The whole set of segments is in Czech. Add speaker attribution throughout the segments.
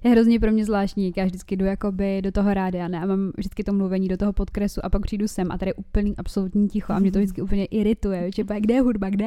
Speaker 1: je hrozně pro mě zvláštní. Já vždycky jdu jakoby do toho rádia, ne? A mám vždycky to mluvení do toho podkresu a pak přijdu sem a tady je úplný absolutní ticho a mě to vždycky úplně irituje. Že kde je hudba, kde?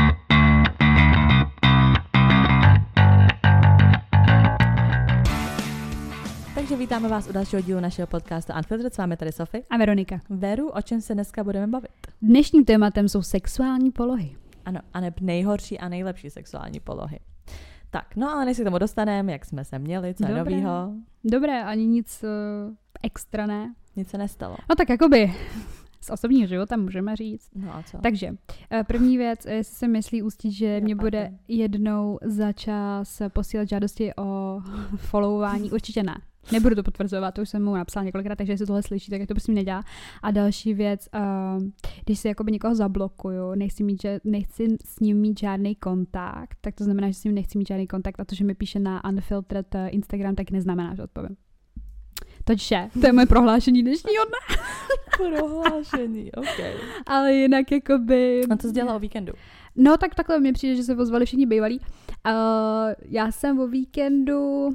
Speaker 2: Takže vítáme vás u dalšího dílu našeho podcastu Unfiltered. S vámi tady Sofie
Speaker 1: a Veronika.
Speaker 2: Veru, o čem se dneska budeme bavit?
Speaker 1: Dnešním tématem jsou sexuální polohy.
Speaker 2: Ano, a nejhorší a nejlepší sexuální polohy. Tak, no ale než se k tomu dostaneme, jak jsme se měli, co je novýho?
Speaker 1: Dobré, ani nic extra ne.
Speaker 2: Nic se nestalo.
Speaker 1: No tak jakoby z osobního života můžeme říct.
Speaker 2: No a co?
Speaker 1: Takže první věc, jestli si myslí Ústí, že mě bude jednou za čas posílat žádosti o followování, určitě ne. Nebudu to potvrzovat, to už jsem mu napsala několikrát, takže jestli tohle slyší, tak je to prostě nedělá. A další věc, když si jakoby někoho zablokuju, nechci s ním mít žádný kontakt, tak to znamená, že s ním nechci mít žádný kontakt a to, že mi píše na Unfiltered Instagram, tak neznamená, že odpovím. Takže to je moje prohlášení dnešního dne.
Speaker 2: Prohlášení, ok.
Speaker 1: Ale jinak jakoby...
Speaker 2: A co jsi dělala o víkendu?
Speaker 1: No tak takhle mi přijde, že se ozvali všichni bývalí. Já jsem o víkendu...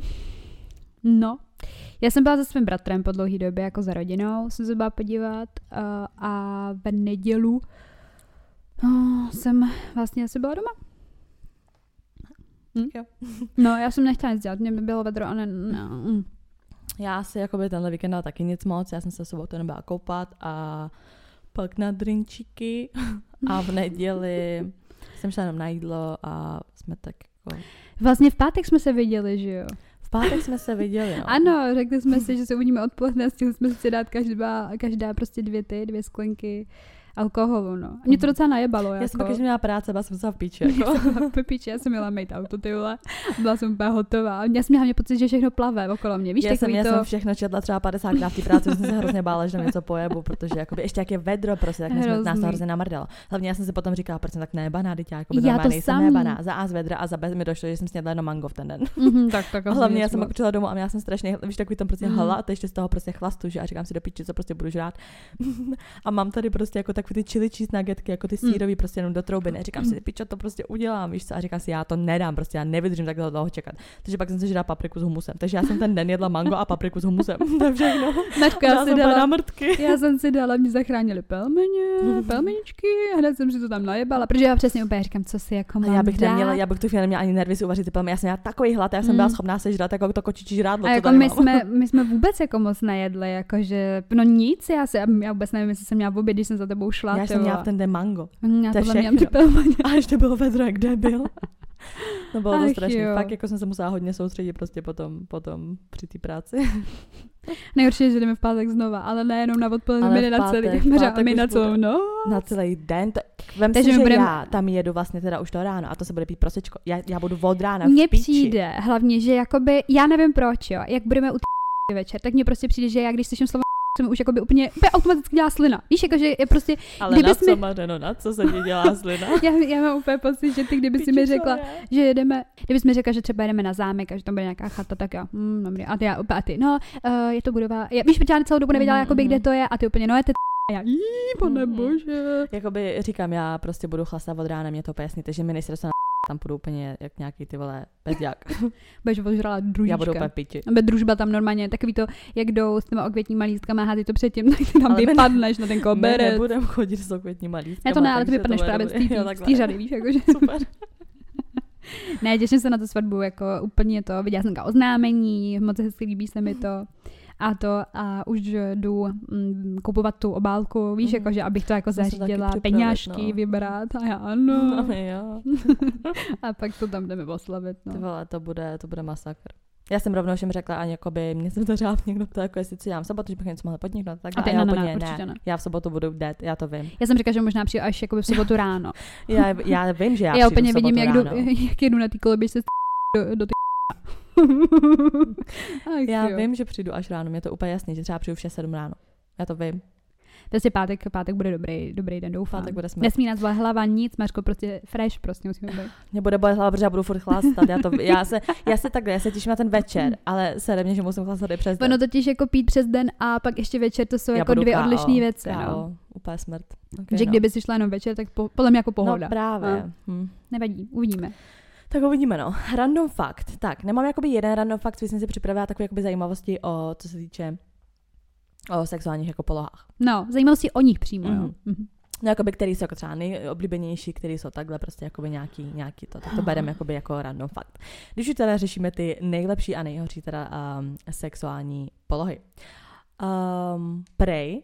Speaker 1: Já jsem byla se svým bratrem po dlouhý době, jako za rodinou, jsem se byla podívat a v nedělu jsem vlastně asi byla doma.
Speaker 2: Jo.
Speaker 1: No, já jsem nechtěla nic dělat, mě by bylo vedro a
Speaker 2: Já si jakoby tenhle víkend dala taky nic moc, já jsem se sobotu nebyla koupat a pak na drinčíky a v neděli jsem šla jenom na jídlo a jsme tak jako...
Speaker 1: Vlastně v pátek jsme se viděli, že jo?
Speaker 2: V pátek jsme se viděli, no.
Speaker 1: Ano, řekli jsme si, že se uvidíme odpoledne a stihli jsme si dát každá prostě dvě sklenky alkoholu, no. A mě to docela najebalo, jako.
Speaker 2: Já jsem pak, když měla práce, byla jsem v píči, jako.
Speaker 1: Já jsem měla mít auto, ty vole. Byla jsem úplně hotová. Já jsem měla pocit, že všechno plave okolo mě. Víš,
Speaker 2: já jsem všechno četla třeba 50krát v té práci, jsem se hrozně bála, že tam něco pojebu, protože jakoby ještě jak je vedro, prostě, tak nás to hrozně namrdalo. Hlavně já jsem si potom říkala, proč jsem tak nejebaná, teď já jako normálně nejsem nejebaná. Za A z vedra a za B mi došlo, že jsem snědla jenom mango v ten den.
Speaker 1: Tak.
Speaker 2: Hlavně já jsem pak přišla domů a já jsem strašně, víš, takový tam prostě hlad, ještě z toho prostě chlastu, že a říkám si do piči, co prostě budu žrát. A mám tady prostě jako takový ty chili cheese nuggetky, jako ty sírový prostě jenom do trouby. Neříkám si, pičo, to prostě udělám, víš co? A říkám si, já to nedám, prostě já nevydržím takhle dlouho čekat. Takže pak jsem si žrala papriku s humusem. Takže já jsem ten den jedla mango a papriku s humusem. To je všechno.
Speaker 1: Já jsem si dala, mě zachránili pelmeničky, hned jsem si to tam najebala, protože já přesně úplně říkám, co si jako mám
Speaker 2: já bych tu chvíli neměla ani nervy si uvařit ty pelmeny. Já jsem měla takový hlad, já jsem byla schopná sežrat jako to kočičí žrádlo.
Speaker 1: A jako my jsme vůbec jako moc nejedli, jakože no nic, já vůbec nevím, jestli jsem měla v oběd, když jsem za tebou šla.
Speaker 2: Já jsem měla v ten den mango.
Speaker 1: To je všechno.
Speaker 2: A ještě bylo vedro, kde byl. To bylo to strašné. Fakt jako jsem se musela hodně soustředit prostě potom při té práci.
Speaker 1: Nejhorší je, že jdeme v pátek znova, ale nejenom na odpoledne, my na celý. My na celou noc.
Speaker 2: Na celý den. Vem si, že já tam jedu vlastně teda už to ráno a to se bude pít prosečko. Já budu od rána v
Speaker 1: Mně
Speaker 2: píči.
Speaker 1: přijde hlavně, že jakoby, já nevím proč, jo, jak budeme u večer, tak mně prostě přijde, že já když slyším slovo mi už jakoby úplně automaticky dělá slina. Víš, jakože je prostě...
Speaker 2: Ale na co, Mareno, na co se ti dělá slina?
Speaker 1: já mám úplně pocit, že ty kdyby si mi řekla, že jedeme, kdybys mi řekla, že třeba jedeme na zámek a že tam bude nějaká chata, tak já, dobrý. A ty, je to budova, víš, protože já celou dobu nevěděla, jakoby, kde to je a ty úplně, je to a já, pane bože.
Speaker 2: Jakoby říkám, já prostě budu chlastat od rána, mě to pojasníte, že mi nejsi dostala tam půjdu úplně jak nějaký ty vole bezďák.
Speaker 1: Budeš ožrala družička.
Speaker 2: Já budu úplně piči.
Speaker 1: Družba tam normálně, takový to, jak jdou s těma okvětníma lístkama, hází to předtím, tak ty tam vypadneš na ten koberec.
Speaker 2: My nebudem chodit s okvětníma lístkama.
Speaker 1: Ne, to ne, ale ty vypadneš právě z té řady, víš, jakože.
Speaker 2: Super.
Speaker 1: Ne, těším se na tu svatbu, jako úplně to, viděla jsem oznámení, moc hezky líbí se mi to. A už jdu kupovat tu obálku, víš, jakože abych to jako zařídila, peňážky vybrat a já ano.
Speaker 2: Jo.
Speaker 1: A pak to tam jdeme oslavit, no.
Speaker 2: Ty vole, to bude masakr. Já jsem rovnou všem řekla, ani jakoby, mě jsem to řád někdo ptal, jako jestli co dělám v sobotu, že bych něco mohla podniknout. Tak
Speaker 1: a
Speaker 2: ne. Já v sobotu budu dead, já to vím.
Speaker 1: Já jsem říkala, že možná přijdu až jakoby v sobotu ráno.
Speaker 2: já vím, že
Speaker 1: já úplně vidím, jak jedu na té koloběžce do ty
Speaker 2: já vím, že přijdu až ráno, mě to úplně jasný, že třeba přijdu v 6-7 ráno. Já to vím.
Speaker 1: Prostě pátek bude dobrý den, doufám.
Speaker 2: Pátek bude smrt.
Speaker 1: Nesmí nás bolet hlava, nic, Mařko, prostě fresh, prostě musíme být.
Speaker 2: Mě bude bolet hlava, protože já budu furt chlastat. Já se těším na ten večer, ale sere mě, že musím chlastat i přes den.
Speaker 1: Ono totiž jako pít přes den a pak ještě večer, to jsou jako dvě odlišné věci.
Speaker 2: No. Úplně smrt. Okay,
Speaker 1: že kdyby si šla jenom večer, tak podle mě jako pohoda.
Speaker 2: No právě.
Speaker 1: Nevadí, uvidíme.
Speaker 2: Tak uvidíme, no. Random fakt. Tak, nemám jakoby jeden random fakt, jsem si připravila takové jakoby zajímavosti o, co se týče o sexuálních jako polohách.
Speaker 1: No, zajímavosti o nich přímo, jo.
Speaker 2: No, jakoby, který jsou jako třeba nejoblíbenější, který jsou takhle prostě jakoby nějaký to. Tak to bereme jakoby jako random fakt. Když už teda řešíme ty nejlepší a nejhorší teda sexuální polohy. Prej.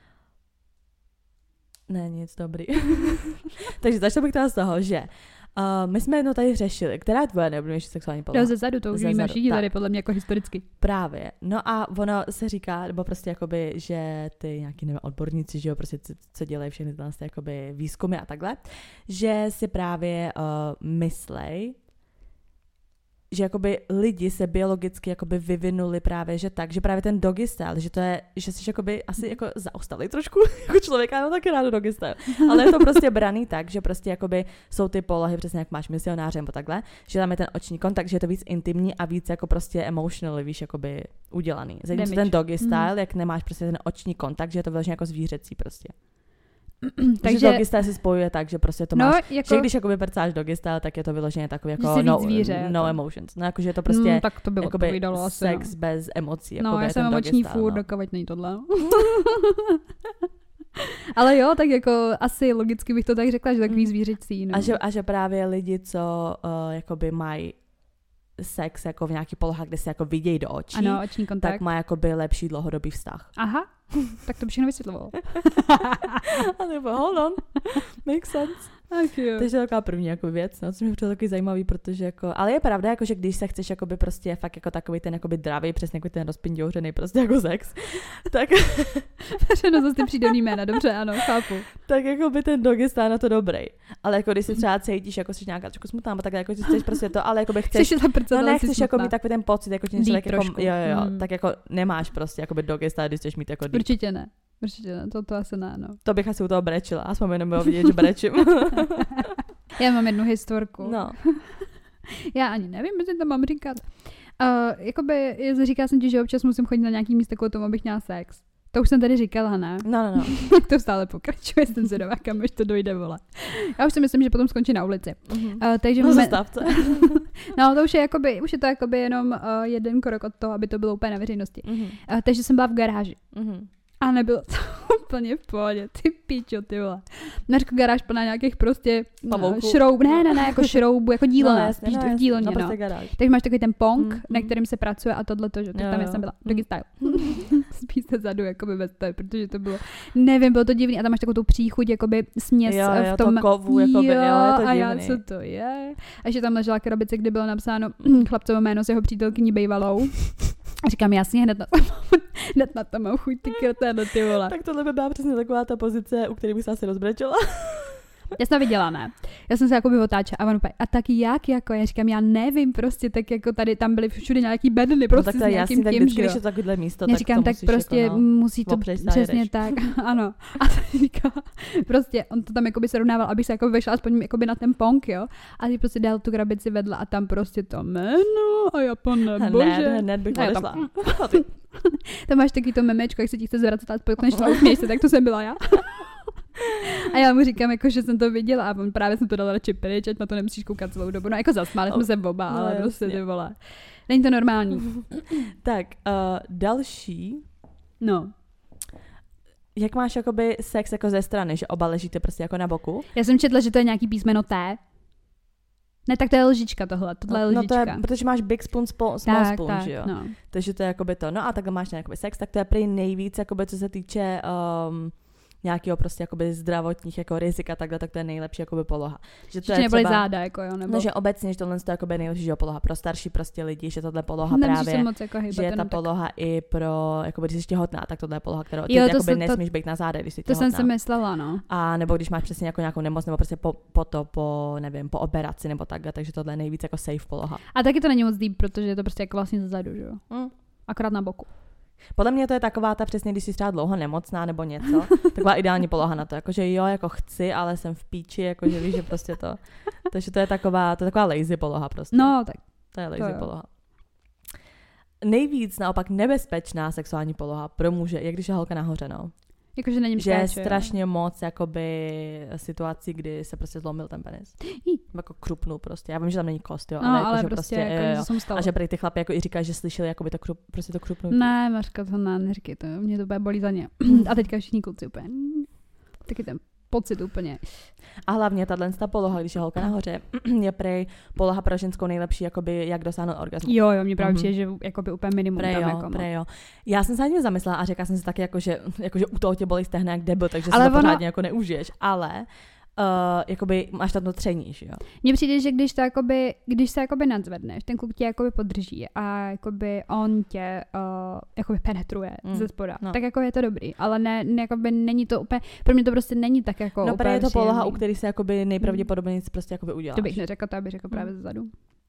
Speaker 2: Ne, nic dobrý. Takže začal bych teda z toho, že my jsme jednou tady řešili, která je tvoje nejoblíbenější sexuální poloha?
Speaker 1: Ze zadu, to už víme všichni tady podle mě jako historicky.
Speaker 2: Právě. No a ono se říká, nebo prostě jakoby, že ty nějaký nevím, odborníci, že jo, prostě co dělají všechny tyhle jakoby výzkumy a takhle, že si právě myslej, že jakoby lidi se biologicky jakoby vyvinuli právě, že tak, že právě ten doggy style, že to je, že jsi jakoby asi jako zaostalý trošku jako člověka, já mám taky rád doggy style, ale je to prostě braný tak, že prostě jakoby jsou ty polohy, přesně jak máš misionáře nebo takhle, že tam je ten oční kontakt, že je to víc intimní a víc jako prostě emotionally, víš, jakoby udělaný. Zatímco ten doggy style, jak nemáš prostě ten oční kontakt, že je to vlastně jako zvířecí prostě. Takže doggy style si spojuje tak, že prostě to máš, jako, že když jakoby prcáš doggy style, tak je to vyloženě takový jako no emotions. No jakože je to prostě
Speaker 1: tak to by
Speaker 2: jakoby sex asi, bez emocí.
Speaker 1: No, já jsem emoční furt, dokud není tohle. Ale jo, tak jako asi logicky bych to tak řekla, že takový zvířecí. No.
Speaker 2: A že právě lidi, co jakoby mají sex jako v nějaký polohách, kde se jako vidějí do očí,
Speaker 1: ano, oční kontakt,
Speaker 2: tak má jakoby lepší dlouhodobý vztah.
Speaker 1: Aha, tak to by všechno vysvětlovalo.
Speaker 2: A nebo hold on, makes sense. Takže je taková první jako věc, no, což mi přijde takový zajímavý, protože jako, ale je pravda, jako, že když se chceš jakoby prostě fakt jako takový ten jakoby dravý, přesně jako ten rozpindouřený prostě jako sex, tak
Speaker 1: no zase ty přídomný jména, dobře, ano, chápu.
Speaker 2: Tak jako by ten doggy style na to dobrý. Ale jako když si třeba cítíš, jako jsi nějaká trošku smutná, tak jako si chceš prostě to, ale jako by chceš, no nechceš jako mít takový ten pocit, jako že člověk jako, jo, tak jako nemáš prostě jako by doggy style, když chceš mít jako deep.
Speaker 1: Určitě ne, to asi ne, no.
Speaker 2: To bych asi u toho brečila, aspoň jenom bylo vidět, že brečím.
Speaker 1: Já mám jednu historku.
Speaker 2: No.
Speaker 1: Já ani nevím, jestli to mám říkat. Jakoby, říkala jsem ti, že občas musím chodit na nějaký místo kvůli tomu, abych měla sex. To už jsem tady říkala, ne?
Speaker 2: No.
Speaker 1: Tak to stále pokračuje, jsem zvědavá, kam už to dojde, vole. Já už si myslím, že potom skončí na ulici. Takže
Speaker 2: no zastavce.
Speaker 1: No, to už je jakoby, už je to jakoby jenom jeden krok od toho, aby to bylo úplně na veřejnosti. Takže jsem byla v garáži. A nebylo to úplně v pohodě, ty píčo, ty vole. Neřekl garáž plná nějakých prostě šroubů, ne, jako šroubů, jako dílna,
Speaker 2: no,
Speaker 1: spíš v dílně, no.
Speaker 2: Prostě
Speaker 1: Takže máš takový ten pong, na kterým se pracuje a tohleto, že tam já jsem byla, doggy style. Spíš se zadu, jakoby bez té, protože to bylo, nevím, bylo to divný a tam máš takovou příchuť, jakoby směs v tom,
Speaker 2: to kovu, jakoby, jo, je to
Speaker 1: a
Speaker 2: divný.
Speaker 1: já, co to je? A že tam ležela krabice, kde bylo napsáno chlapcovo jméno s jeho přítelkyní bejvalou. A říkám, jasně, hned na to mám chuť, ty krténo, ty vole.
Speaker 2: Tak tohle by byla přesně taková ta pozice, u které bych se asi rozbrečela.
Speaker 1: Já jsem to viděla, ne? Já jsem se jakoby otáčela a on úplně, a tak jak jako? Já říkám, já nevím prostě, tak jako tady, tam byly všude nějaký bedny, prostě
Speaker 2: no, tak s nějakým tím, že jo. Když je takovýhle místo,
Speaker 1: já říkám, tak prostě jako, musí to přesně tak, ano. A to říká, prostě on to tam jakoby srovnával, aby se jako vešla aspoň jakoby na ten pong, jo. A ty prostě dal tu krabici vedle a tam prostě to jméno a já pane bože.
Speaker 2: Ne, bych odešla.
Speaker 1: Tam máš taky to memečko, jak se ti chce zvracet a konečně usměješ se, tak to jsem byla já. A já mu říkám, jako, že jsem to viděla a on právě jsem to dala radši pryč, ať na to nemusíš koukat celou dobu. No jako zasmáli jsme se oba, ale prostě ty vole. Není to normální.
Speaker 2: Tak, další.
Speaker 1: No.
Speaker 2: Jak máš jakoby sex jako ze strany, že oba ležíte prostě jako na boku?
Speaker 1: Já jsem četla, že to je nějaký písmeno T. Ne, tak to je lžička tohle je lžička.
Speaker 2: No to je, protože máš big spoon, small spoon, že jo?
Speaker 1: No.
Speaker 2: Takže to je jakoby to. No a takhle máš nějaký sex, tak to je prý nejvíc, jakoby co se týče nějakého prostě jakoby zdravotních jako rizik a takhle, tak to je nejlepší jakoby poloha. Že to je
Speaker 1: nebyly
Speaker 2: třeba,
Speaker 1: záda, jako jo, nebo...
Speaker 2: No, že obecně, že tohle je jakoby nejlepší poloha pro starší prostě lidi, že tohle poloha
Speaker 1: nemusíš
Speaker 2: právě,
Speaker 1: moc jako hýbat,
Speaker 2: že je ta poloha i pro, jakoby když jsi těhotná, tak tohle je poloha, kterou ty jakoby nesmíš být na zádech, když jsi těhotná.
Speaker 1: To jsem si myslela, no.
Speaker 2: A nebo když máš přesně jako nějakou nemoc, nebo prostě po operaci nebo takhle, takže tohle je nejvíc jako safe poloha.
Speaker 1: A taky to není moc deep, protože je to prostě jako vlastně zezadu, že jo. Akorát na boku.
Speaker 2: Podle mě to je taková ta přesně, když jsi třeba dlouho nemocná nebo něco, taková ideální poloha na to, jakože jo, jako chci, ale jsem v píči, jakože víš, že prostě to, takže to je taková lazy poloha prostě.
Speaker 1: No, tak.
Speaker 2: To je lazy poloha. Nejvíc naopak nebezpečná sexuální poloha pro muže je, když je holka nahoře, no.
Speaker 1: Jakože není
Speaker 2: že je strašně moc jakoby situací, kdy se prostě zlomil ten penis. Jako krupnul prostě. Já vím, že tam není kost, jo, ale jako, že prostě jako, jo. A že prý ty chlapy jako i říkají, že slyšeli jakoby prostě to krupnutí.
Speaker 1: Ne, Mařka, to neříkej to, mě to bude bolí za ně. A teďka všichni kluci úplně. Taky ten pocit úplně.
Speaker 2: A hlavně ta poloha, když je holka nahoře, je prej poloha pro ženskou nejlepší, jakoby jak dosáhnout orgasmu.
Speaker 1: Jo, mě právě přijde, že jakoby úplně minimum
Speaker 2: prej
Speaker 1: tam
Speaker 2: jo,
Speaker 1: jako.
Speaker 2: Prej jo. Já jsem se na tím zamyslela a řekla jsem si taky, jakože u toho tě bolí stehna jak debil, takže si to pořádně jako neužiješ, ale jakoby máš tam to tření, že jo?
Speaker 1: Mně přijde, že když se jakoby nadzvedneš, ten kluk tě jakoby podrží a jakoby on tě jakoby penetruje ze spoda, tak jako je to dobrý, ale ne jakoby není to úplně, pro mě to prostě není tak jako
Speaker 2: úplně
Speaker 1: úplně
Speaker 2: je to poloha, u který se jakoby nejpravděpodobněji prostě jakoby uděláš.
Speaker 1: To bych neřekla, to bych řekla právě zezadu.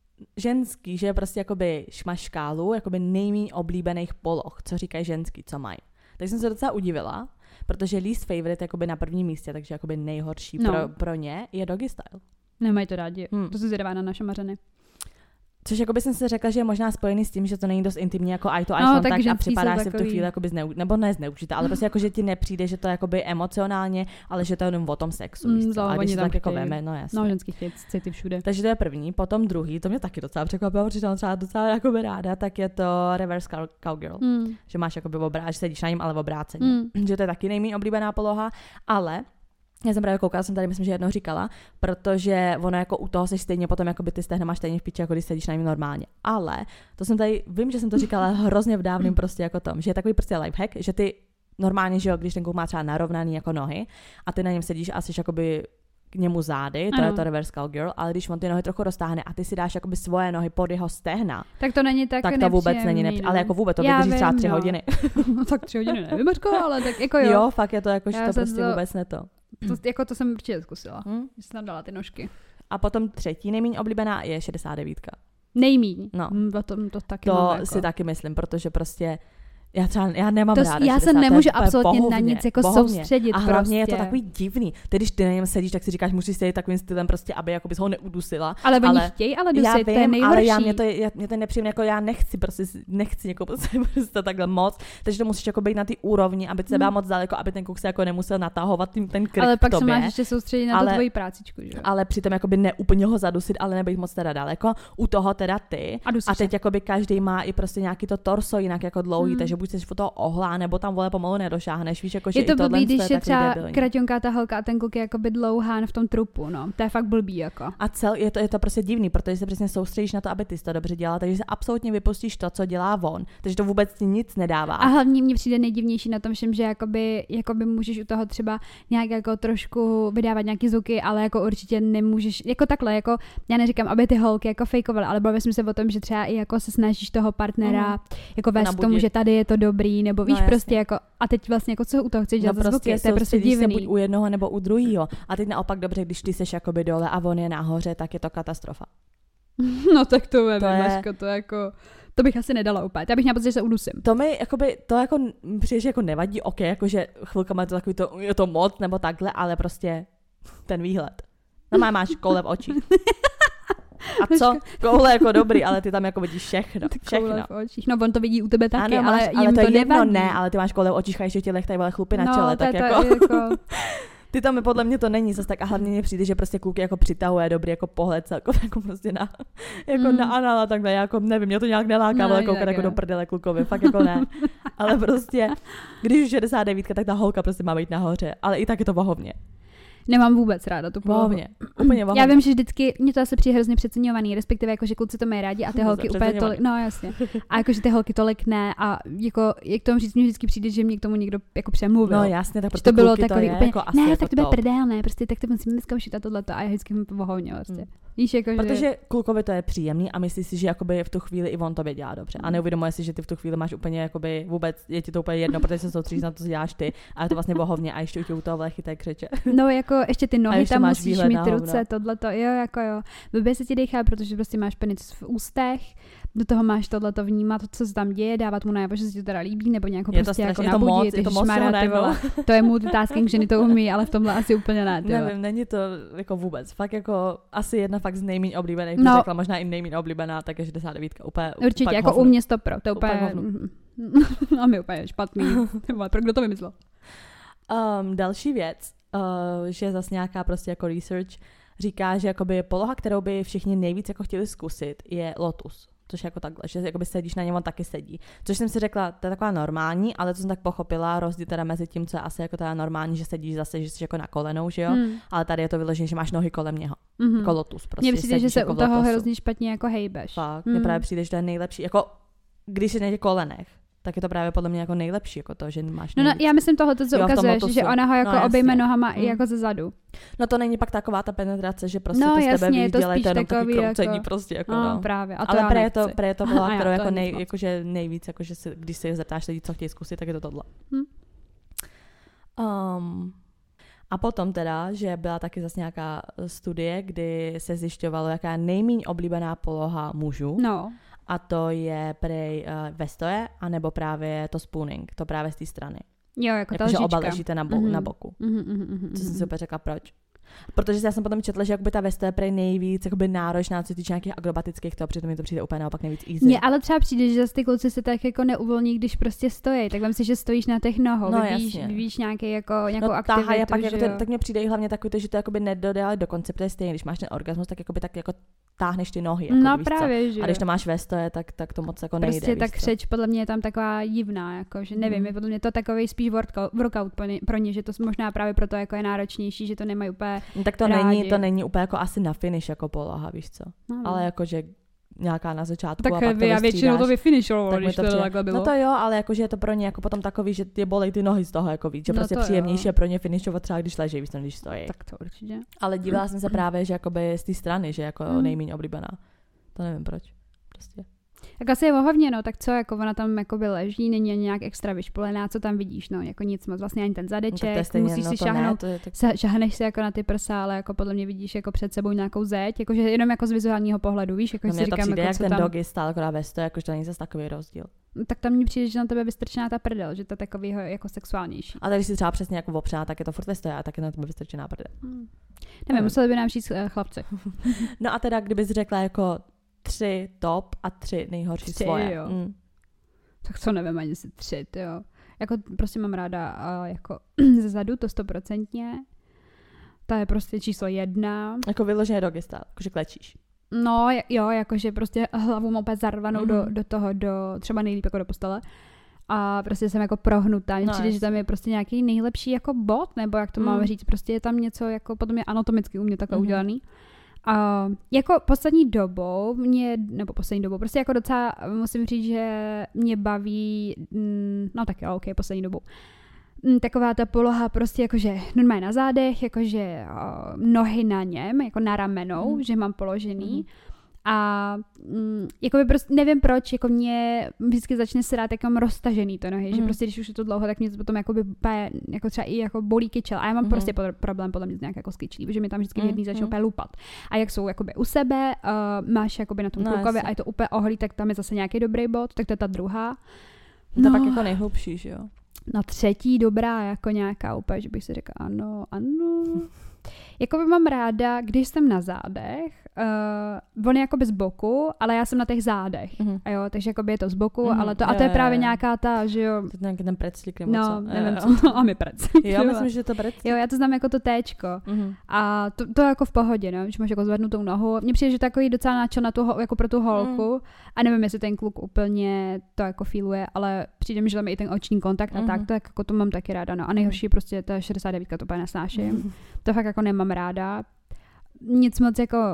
Speaker 2: Ženský, že je prostě jakoby máš škálu, jakoby nejméně oblíbených poloh, co říkají ženský, co mají. Tak jsem se docela udivila, protože least favorite jakoby na prvním místě, takže jakoby nejhorší pro ně je doggy style.
Speaker 1: Nemají to rádi. To se zvědavá na naše mařeny.
Speaker 2: Což jakoby jsem si řekla, že je možná spojený s tím, že to není dost intimní jako eye to eye kontakt a připadáš si v tu chvíli jakoby nebo ne zneužitá, ale prostě jako, že ti nepřijde, že to je jakoby emocionálně, ale že to je jenom o tom sexu. A když to tak jako veme, no jasně.
Speaker 1: No ženský city všude.
Speaker 2: Takže to je první, potom druhý, to mě taky docela překvapilo, protože jsem třeba docela jakoby ráda, tak je to reverse cowgirl. Že máš jakoby že sedíš na ním, ale v obráceně. Že to je taky nejméně oblíbená poloha, ale já jsem právě koukala, jsem tady myslím, že jednou říkala, protože ono jako u toho seš stejně potom jako by ty stehna máš stejně v piči, jako když sedíš na něm normálně. Ale to jsem tady, vím, že jsem to říkala hrozně v dávným prostě jako tom, že je takový prostě lifehack, že ty normálně, že jo, když ten kluk má třeba narovnaný jako nohy a ty na něm sedíš a jsi jakoby k němu zády, to je to reverse cowgirl, ale když on ty nohy trochu roztáhne a ty si dáš jakoby svoje nohy pod jeho stehna,
Speaker 1: tak to není tak
Speaker 2: to vůbec není nepříjemný, ale jako vůbec to vydrží třeba 3 hodiny.
Speaker 1: No tak 3 hodiny nevím, Mařko, ale tak jako jo.
Speaker 2: Jo, fakt je to jako, že to prostě vůbec ne to.
Speaker 1: To jsem určitě zkusila, že jsem tam dala ty nožky.
Speaker 2: A potom třetí nejméně oblíbená je 69.
Speaker 1: Nejmíň.
Speaker 2: No.
Speaker 1: To taky
Speaker 2: to
Speaker 1: mám jako.
Speaker 2: Si taky myslím, protože prostě já nemám ráda 60.
Speaker 1: Já se nemůžu absolutně na nic jako soustředit.
Speaker 2: A hlavně
Speaker 1: prostě.
Speaker 2: je to takový divný. Ty, když ty na něm sedíš, tak si říkáš, musíš sedět takovým stylem prostě, aby jako bys ho neudusila.
Speaker 1: Ale oni chtějí, ale dusit, to je nejhorší.
Speaker 2: Ale mě to je nepříjemné, jako já nechci někoho prostě takhle moc, takže to musíš jako být na té úrovni, aby se byla moc daleko, aby ten kluk se jako nemusel natahovat ten krk.
Speaker 1: Ale pak se máš ještě soustředit na tu tvoji prácičku, že?
Speaker 2: Ale přitom jakoby ne úplně ho zadusit, ale nebejt moc teda daleko. U toho teda ty. A teď jakoby každý má i prostě nějaký to torso jinak jako dlouhý, takže buď jsi toho ohlá, nebo tam vole pomalu nedošáhneš, víš, jako, že
Speaker 1: je to blbý, když je třeba
Speaker 2: debilní.
Speaker 1: kraťonká ta holka a ten kluk je jakoby dlouhán v tom trupu, no. To je fakt blbý, jako.
Speaker 2: A je to prostě divný, protože se přesně soustředíš na to, aby ty to dobře dělala, takže se absolutně vypustíš to, co dělá on, takže to vůbec ti nic nedává.
Speaker 1: A hlavně mně přijde nejdivnější na tom všem, že jakoby můžeš u toho třeba nějak jako trošku vydávat nějaký zvuky, ale jako určitě nemůžeš, jako takhle, jako já neříkám, aby ty holky jako fejkovaly, ale bavili jsme se o tom, že třeba i jako se snažíš toho partnera jako vést k tomu, že tady je to dobrý, nebo víš, prostě jako, a teď vlastně jako co u toho chceš dělat za zvuky, to je prostě divný.
Speaker 2: Se buď u jednoho nebo u druhého. A teď naopak dobře, když ty seš jakoby dole a on je nahoře, tak je to katastrofa.
Speaker 1: No tak to vím, Mařko, to jako, to bych asi nedala úplně. Já bych měla pocit, že se udusím.
Speaker 2: To jako přijde, že jako nevadí, ok, jakože chvilkama je to takový to, je to moc nebo takhle, ale prostě ten výhled. No máš koule v očích. A co? Koule jako dobrý, ale ty tam jako vidíš všechno.
Speaker 1: No on to vidí u tebe taky,
Speaker 2: ano,
Speaker 1: ale jim
Speaker 2: to
Speaker 1: nevadí.
Speaker 2: Jedno ne, ale ty máš koule v očích a ještě ti lehtají chlupy na čele, tak jako... Ty tam podle mě to není zase tak a hlavně mně přijde, že prostě kluky jako přitahuje dobrý jako pohled celkově jako prostě na anala takhle, jako nevím, mě to nějak neláká, ale koukat jako do prdele klukovi, fakt jako ne. Ale prostě, když už 69, tak ta holka prostě má být nahoře, ale i tak je to vohovně.
Speaker 1: Nemám vůbec ráda tu polohu.
Speaker 2: Úplně vohovně.
Speaker 1: Já vím, že vždycky mě to asi přijde hrozně přeceňovaný, respektive jako, že kluci to mají rádi a ty holky úplně tolik, no jasně. A jakože ty holky tolik ne a jako, jak tomu říct, mě vždycky přijde, že mě k tomu někdo jako přemluvil.
Speaker 2: No jasně, tak
Speaker 1: to bylo takový
Speaker 2: to
Speaker 1: úplně,
Speaker 2: jako asi
Speaker 1: ne, tak to bude prdel, ne, prostě tak to musíme vyzkoušet a tohleto a já vždycky mi vohovně vlastně. Víš, jako,
Speaker 2: protože klukovi to je příjemný a myslíš si, že jakoby v tu chvíli i on to dělá dobře. A neuvědomuje si, že ty v tu chvíli máš úplně jakoby vůbec, je ti to úplně jedno, protože se soustředíš na to, co děláš ty, ale to vlastně vohovně a ještě u toho vlechytaj křeče.
Speaker 1: No jako ještě ty nohy tam musíš mít ruce, tohleto, jo, jako jo. Blbě se ti dechá, protože prostě máš penis v ústech, do toho máš tohleto vnímat, co se tam děje, dávat mu najevo, že se ti to teda líbí, nebo nějak prostě jako nabudit, to je multitasking, ženy to umí, ale v tomhle asi úplně ne.
Speaker 2: Nevím, není to jako vůbec, fakt jako asi jedna fakt z nejméně oblíbených, řekla, možná i nejméně oblíbená, tak je 69 úplně.
Speaker 1: Určitě, jako u mě 100%, to úplně, a my úplně špatný, kdo to vymyslel?
Speaker 2: Další věc, že je zase nějaká prostě jako research, říká, že jakoby poloha, kterou by všichni nejvíc jako chtěli zkusit, je lotus. Což je jako takhle, že jakoby sedíš na něm, on taky sedí. Což jsem si řekla, to je taková normální, ale to jsem tak pochopila, rozdíl teda mezi tím, co je asi jako teda normální, že sedíš zase, že jsi jako na kolenou, že jo? Ale tady je to vyložené, že máš nohy kolem něho. Jako lotus prostě.
Speaker 1: Mně přijde, že se
Speaker 2: jako
Speaker 1: u toho hrozně špatně jako hejbeš.
Speaker 2: Fakt, mně právě přijde, že to je nejlepší. Jako, když jsi na těch kolenech, tak je to právě podle mě jako nejlepší, jako to, že máš
Speaker 1: nejvíc. No, já myslím tohoto, co ukazuješ, že ona ho jako obejme nohama i jako ze zadu.
Speaker 2: No to není pak taková ta penetrace, že prostě to z tebe dělají to jenom taky kroucení jako... prostě jako
Speaker 1: no. Právě. A to
Speaker 2: ale pre je to byla, kterou jako jakože nejvíc, jakože si, když se zeptáš lidí, co chtějí zkusit, tak je to tohle. A potom teda, že byla taky zase nějaká studie, kdy se zjišťovalo, jaká je nejméně oblíbená poloha mužů.
Speaker 1: No.
Speaker 2: A to je prej vestoje, anebo právě to spooning, to právě z té strany.
Speaker 1: Jo, jako ta lžička.
Speaker 2: Že oba ležíte na boku. Co jsem si úplně řekla, proč? Protože já jsem potom četla, že jakoby ta vestoje je prej nejvíc jakoby náročná, co se týče nějakých akrobatických, to přitom mi to přijde úplně naopak nejvíc easy.
Speaker 1: Mně ale třeba přijde, že zase ty kluci se tak jako neuvolní, když prostě stojí, tak vem si, že stojíš na těch nohou, vyvíjíš nějakou aktivitu.
Speaker 2: Táha, pak jako tak mně přijde i hlavně takový, že to jakoby nedodali do konce, protože stejně, když máš ten orgasmus, tak jakoby tak jako táhneš ty nohy. Jako,
Speaker 1: no právě, že.
Speaker 2: A když to máš vestoje, tak to moc jako nejde.
Speaker 1: Prostě ta křeč podle mě je tam taková divná, jako, že nevím, je podle mě to takový spíš workout pro ně, že to možná právě proto jako je náročnější, že to nemají úplně
Speaker 2: tak to není úplně jako asi na finish jako poloha, víš co. No. Ale jakože nějaká na začátku
Speaker 1: tak
Speaker 2: a pak
Speaker 1: já většinou to vyfinišovalo, když to takhle bylo.
Speaker 2: No to jo, ale jakože je to pro ně jako potom takový, že je bolej ty nohy z toho, jako víc, že prostě příjemnější je pro ně finišovat třeba, když leží, víc když stojí.
Speaker 1: Tak to určitě.
Speaker 2: Ale dívala jsem se právě, že jakoby z té strany, že jako nejméně oblíbená. To nevím proč. Prostě.
Speaker 1: Tak asi je ohovně, no, tak co, jako ona tam jakoby leží, není nějak extra vyšpolená, co tam vidíš, no, jako nic moc, vlastně ani ten zadeček, no, stejně, musíš si šáhnout, šáhneš si jako na ty prsa, ale jako podle mě vidíš jako před sebou nějakou zeď, jakože jenom jako z vizuálního pohledu, víš, jako
Speaker 2: no,
Speaker 1: si říkám,
Speaker 2: to přijde,
Speaker 1: jako
Speaker 2: jak
Speaker 1: co
Speaker 2: ten
Speaker 1: tam...
Speaker 2: doggy stál jako na vesto, jakože to není zase takový rozdíl.
Speaker 1: Tak tam mně přijde, že na tebe vystrčená ta prdel, že to je takový jako sexuálnější.
Speaker 2: A když si třeba přesně jako opřená, tak je to furt vesto a tak je na tebe vystrčená prdel.
Speaker 1: Nevím, museli by nám říct chlapci.
Speaker 2: No a teda, kdybys řekla jako 3 top a 3 nejhorší svoje.
Speaker 1: Jo. Tak co nevím, ani si 3, jo. Jako prostě mám ráda jako ze zadu, to 100%. Ta je prostě číslo 1.
Speaker 2: Jako vyloženě doggy style, jakože klečíš.
Speaker 1: No jo, jakože prostě hlavu mám opět zarvanou do toho, třeba nejlíp jako do postele. A prostě jsem jako prohnutá. Mně přijde, že tam je prostě nějaký nejlepší jako bod, nebo jak to mám říct. Prostě je tam něco jako, potom je anatomicky u mě takhle udělaný. A jako poslední dobou, prostě jako docela musím říct, že mě baví, no tak jo, poslední dobou. Taková ta poloha prostě jakože normálně na zádech, jakože nohy na něm, jako na ramenou, že mám položený. A jakoby prostě nevím proč, jako mě vždycky začne se dát jako roztažený to nohy, že prostě když už je to dlouho, tak mě to potom jako třeba i jako bolí kyčel a já mám prostě problém podle mě nějak jako s kyčlí, protože mi tam vždycky v jedný začnou úplně lupat. A jak jsou jakoby u sebe, máš jakoby na tom klukově a je to úplně oholí, tak tam je zase nějaký dobrý bod, tak to je ta druhá.
Speaker 2: No. To pak jako nejhlubší, že jo?
Speaker 1: Na třetí dobrá, jako nějaká úplně, že bych si řekla ano. Jakoby mám ráda, když jsem na zádech, on je jakoby z boku, ale já jsem na těch zádech. A jo, takže jakoby je to z boku, ale to, a to je právě nějaká ta, že jo.
Speaker 2: To je nějaký ten preclík nebo
Speaker 1: no,
Speaker 2: co.
Speaker 1: nevím co, a my preclík.
Speaker 2: Jo, myslím, že to preclík.
Speaker 1: Jo, já to znám jako to téčko. A to jako v pohodě, no, že máš jako zvednutou nohu. Mně přijde, že takový docela náčel na tu, jako pro tu holku. A nevím, jestli ten kluk úplně to jako feeluje, ale přijde mi, že tam je i ten oční kontakt a tak jako to mám taky ráda, no. A nejhorší je prostě ta 69, to úplně nesnáším. To fakt jako nemám ráda. Nic moc jako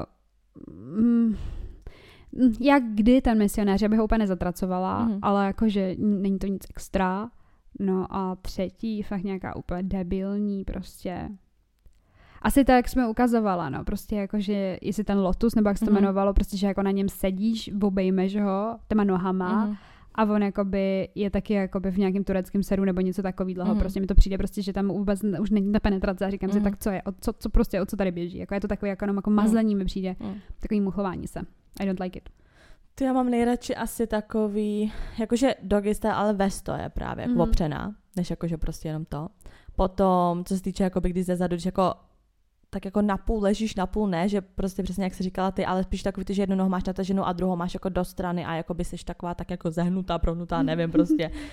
Speaker 1: jak kdy ten misionář, já bych ho úplně nezatracovala, ale jakože není to nic extra. No a třetí fakt nějaká úplně debilní prostě. Asi tak, jak jsme ukazovala, no, prostě jakože, jestli ten lotus, nebo jak se to jmenovalo, prostě, že jako na něm sedíš, obejmeš ho těma nohama a on jakoby je taky jakoby v nějakém tureckém seru nebo něco takového, prostě mi to přijde prostě, že tam vůbec už není ta penetrace a říkám si, tak co je, co prostě, o co tady běží, jako je to takové jako mazlení mi přijde, takový muchlování se, I don't like it.
Speaker 2: To já mám nejradši asi takový, jakože doggy style, ale vesto je právě jako opřená, než jakože prostě jenom to. Potom, co se týče jakoby, když zezadu, když jako tak jako napůl ležíš, napůl ne, že prostě přesně jak jsi říkala ty, ale spíš takový, že jednu nohu máš nataženou a druhou máš jako do strany a jako by seš taková tak jako zehnutá, prohnutá, nevím prostě.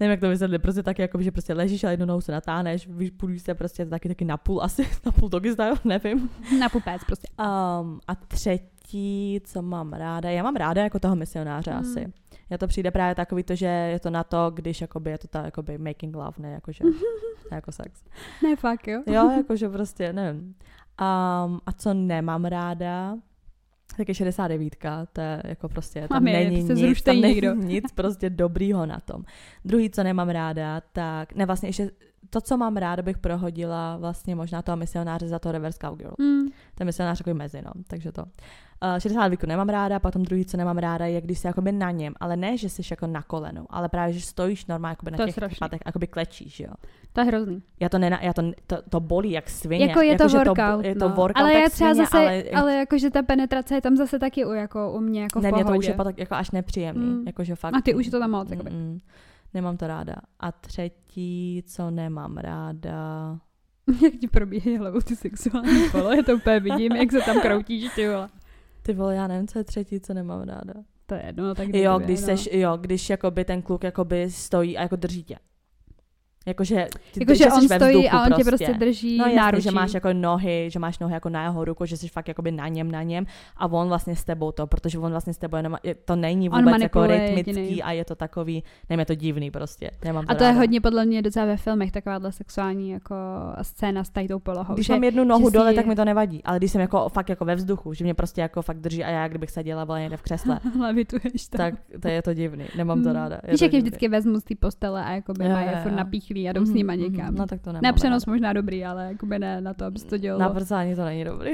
Speaker 2: nevím, jak to vysvětlit, prostě taky, jako, že prostě ležíš a jednou nohou se natáhneš, vypůlíš se prostě taky napůl asi, napůl doggy style, nevím.
Speaker 1: Napůl péc prostě.
Speaker 2: A třetí, co mám ráda, já mám ráda jako toho misionáře asi. Já to přijde právě takový to, že je to na to, když jakoby je to ta jakoby making love, ne jakože, ne jako sex.
Speaker 1: Ne, fakt, jo?
Speaker 2: Jo, jakože prostě, nevím. A co nemám ráda, tak je 69, to je jako prostě, tam není nic prostě dobrýho na tom. Druhý, co nemám ráda, tak, ne vlastně ještě to, co mám ráda, bych prohodila vlastně možná toho misionáře za to reverse cowgirl. Ten misionář takový mezi, no, takže to. 62 nemám ráda, potom druhý, co nemám ráda, je, když jsi jakoby na něm, ale ne, že jsi jako na kolenou, ale právě, že stojíš normálně jakoby na těch patech, jakoby klečíš, jo.
Speaker 1: To je hrozný.
Speaker 2: To bolí jak svině.
Speaker 1: Jako je to workout,
Speaker 2: je to
Speaker 1: no.
Speaker 2: workout,
Speaker 1: ale
Speaker 2: tak
Speaker 1: já třeba
Speaker 2: svině,
Speaker 1: zase, ale jakože ta penetrace je tam zase taky jako u mě jako v pohodě.
Speaker 2: Ne, to už je pak jako až nepříjemný. Jakože fakt,
Speaker 1: a ty už je to tam moc, jakoby.
Speaker 2: Nemám to ráda. A třetí, co nemám ráda...
Speaker 1: Jak ti probíhají hlavou ty sexuální polo, já to úplně vidím, jak se tam kroutíš, ty vole.
Speaker 2: Ty vole, já nevím, co je třetí, co nemám ráda.
Speaker 1: To je jedno, tak
Speaker 2: když jakoby ten kluk jakoby stojí a jako drží tě. Jakože
Speaker 1: on stojí a on tě prostě drží náručí.
Speaker 2: Že máš jako nohy, že máš nohy jako na jeho ruku, že jsi fakt jakoby na něm a on vlastně s tebou to, protože on vlastně s tebou jenom, to není vůbec jako rytmický a je to takový, nevím, je to divný prostě. Nemám to
Speaker 1: a to
Speaker 2: ráda.
Speaker 1: Je hodně podle mě docela ve filmech takováhle sexuální jako scéna s tou polohou.
Speaker 2: Když mám jednu nohu dole, tak mi to nevadí, ale když jsem jako fakt jako ve vzduchu, že mě prostě jako fakt drží a já kdybych seděla byla někde v křesle. Tak to je to divný, nemám to ráda.
Speaker 1: Víš, jak je vždycky vezmu z té postele a jakoby mají furt napíchlý a jdou s nima někam.
Speaker 2: No, tak to
Speaker 1: na přenos ráda. Možná dobrý, ale jakoby ne na to, abys to dělalo.
Speaker 2: Na prsání to není dobrý.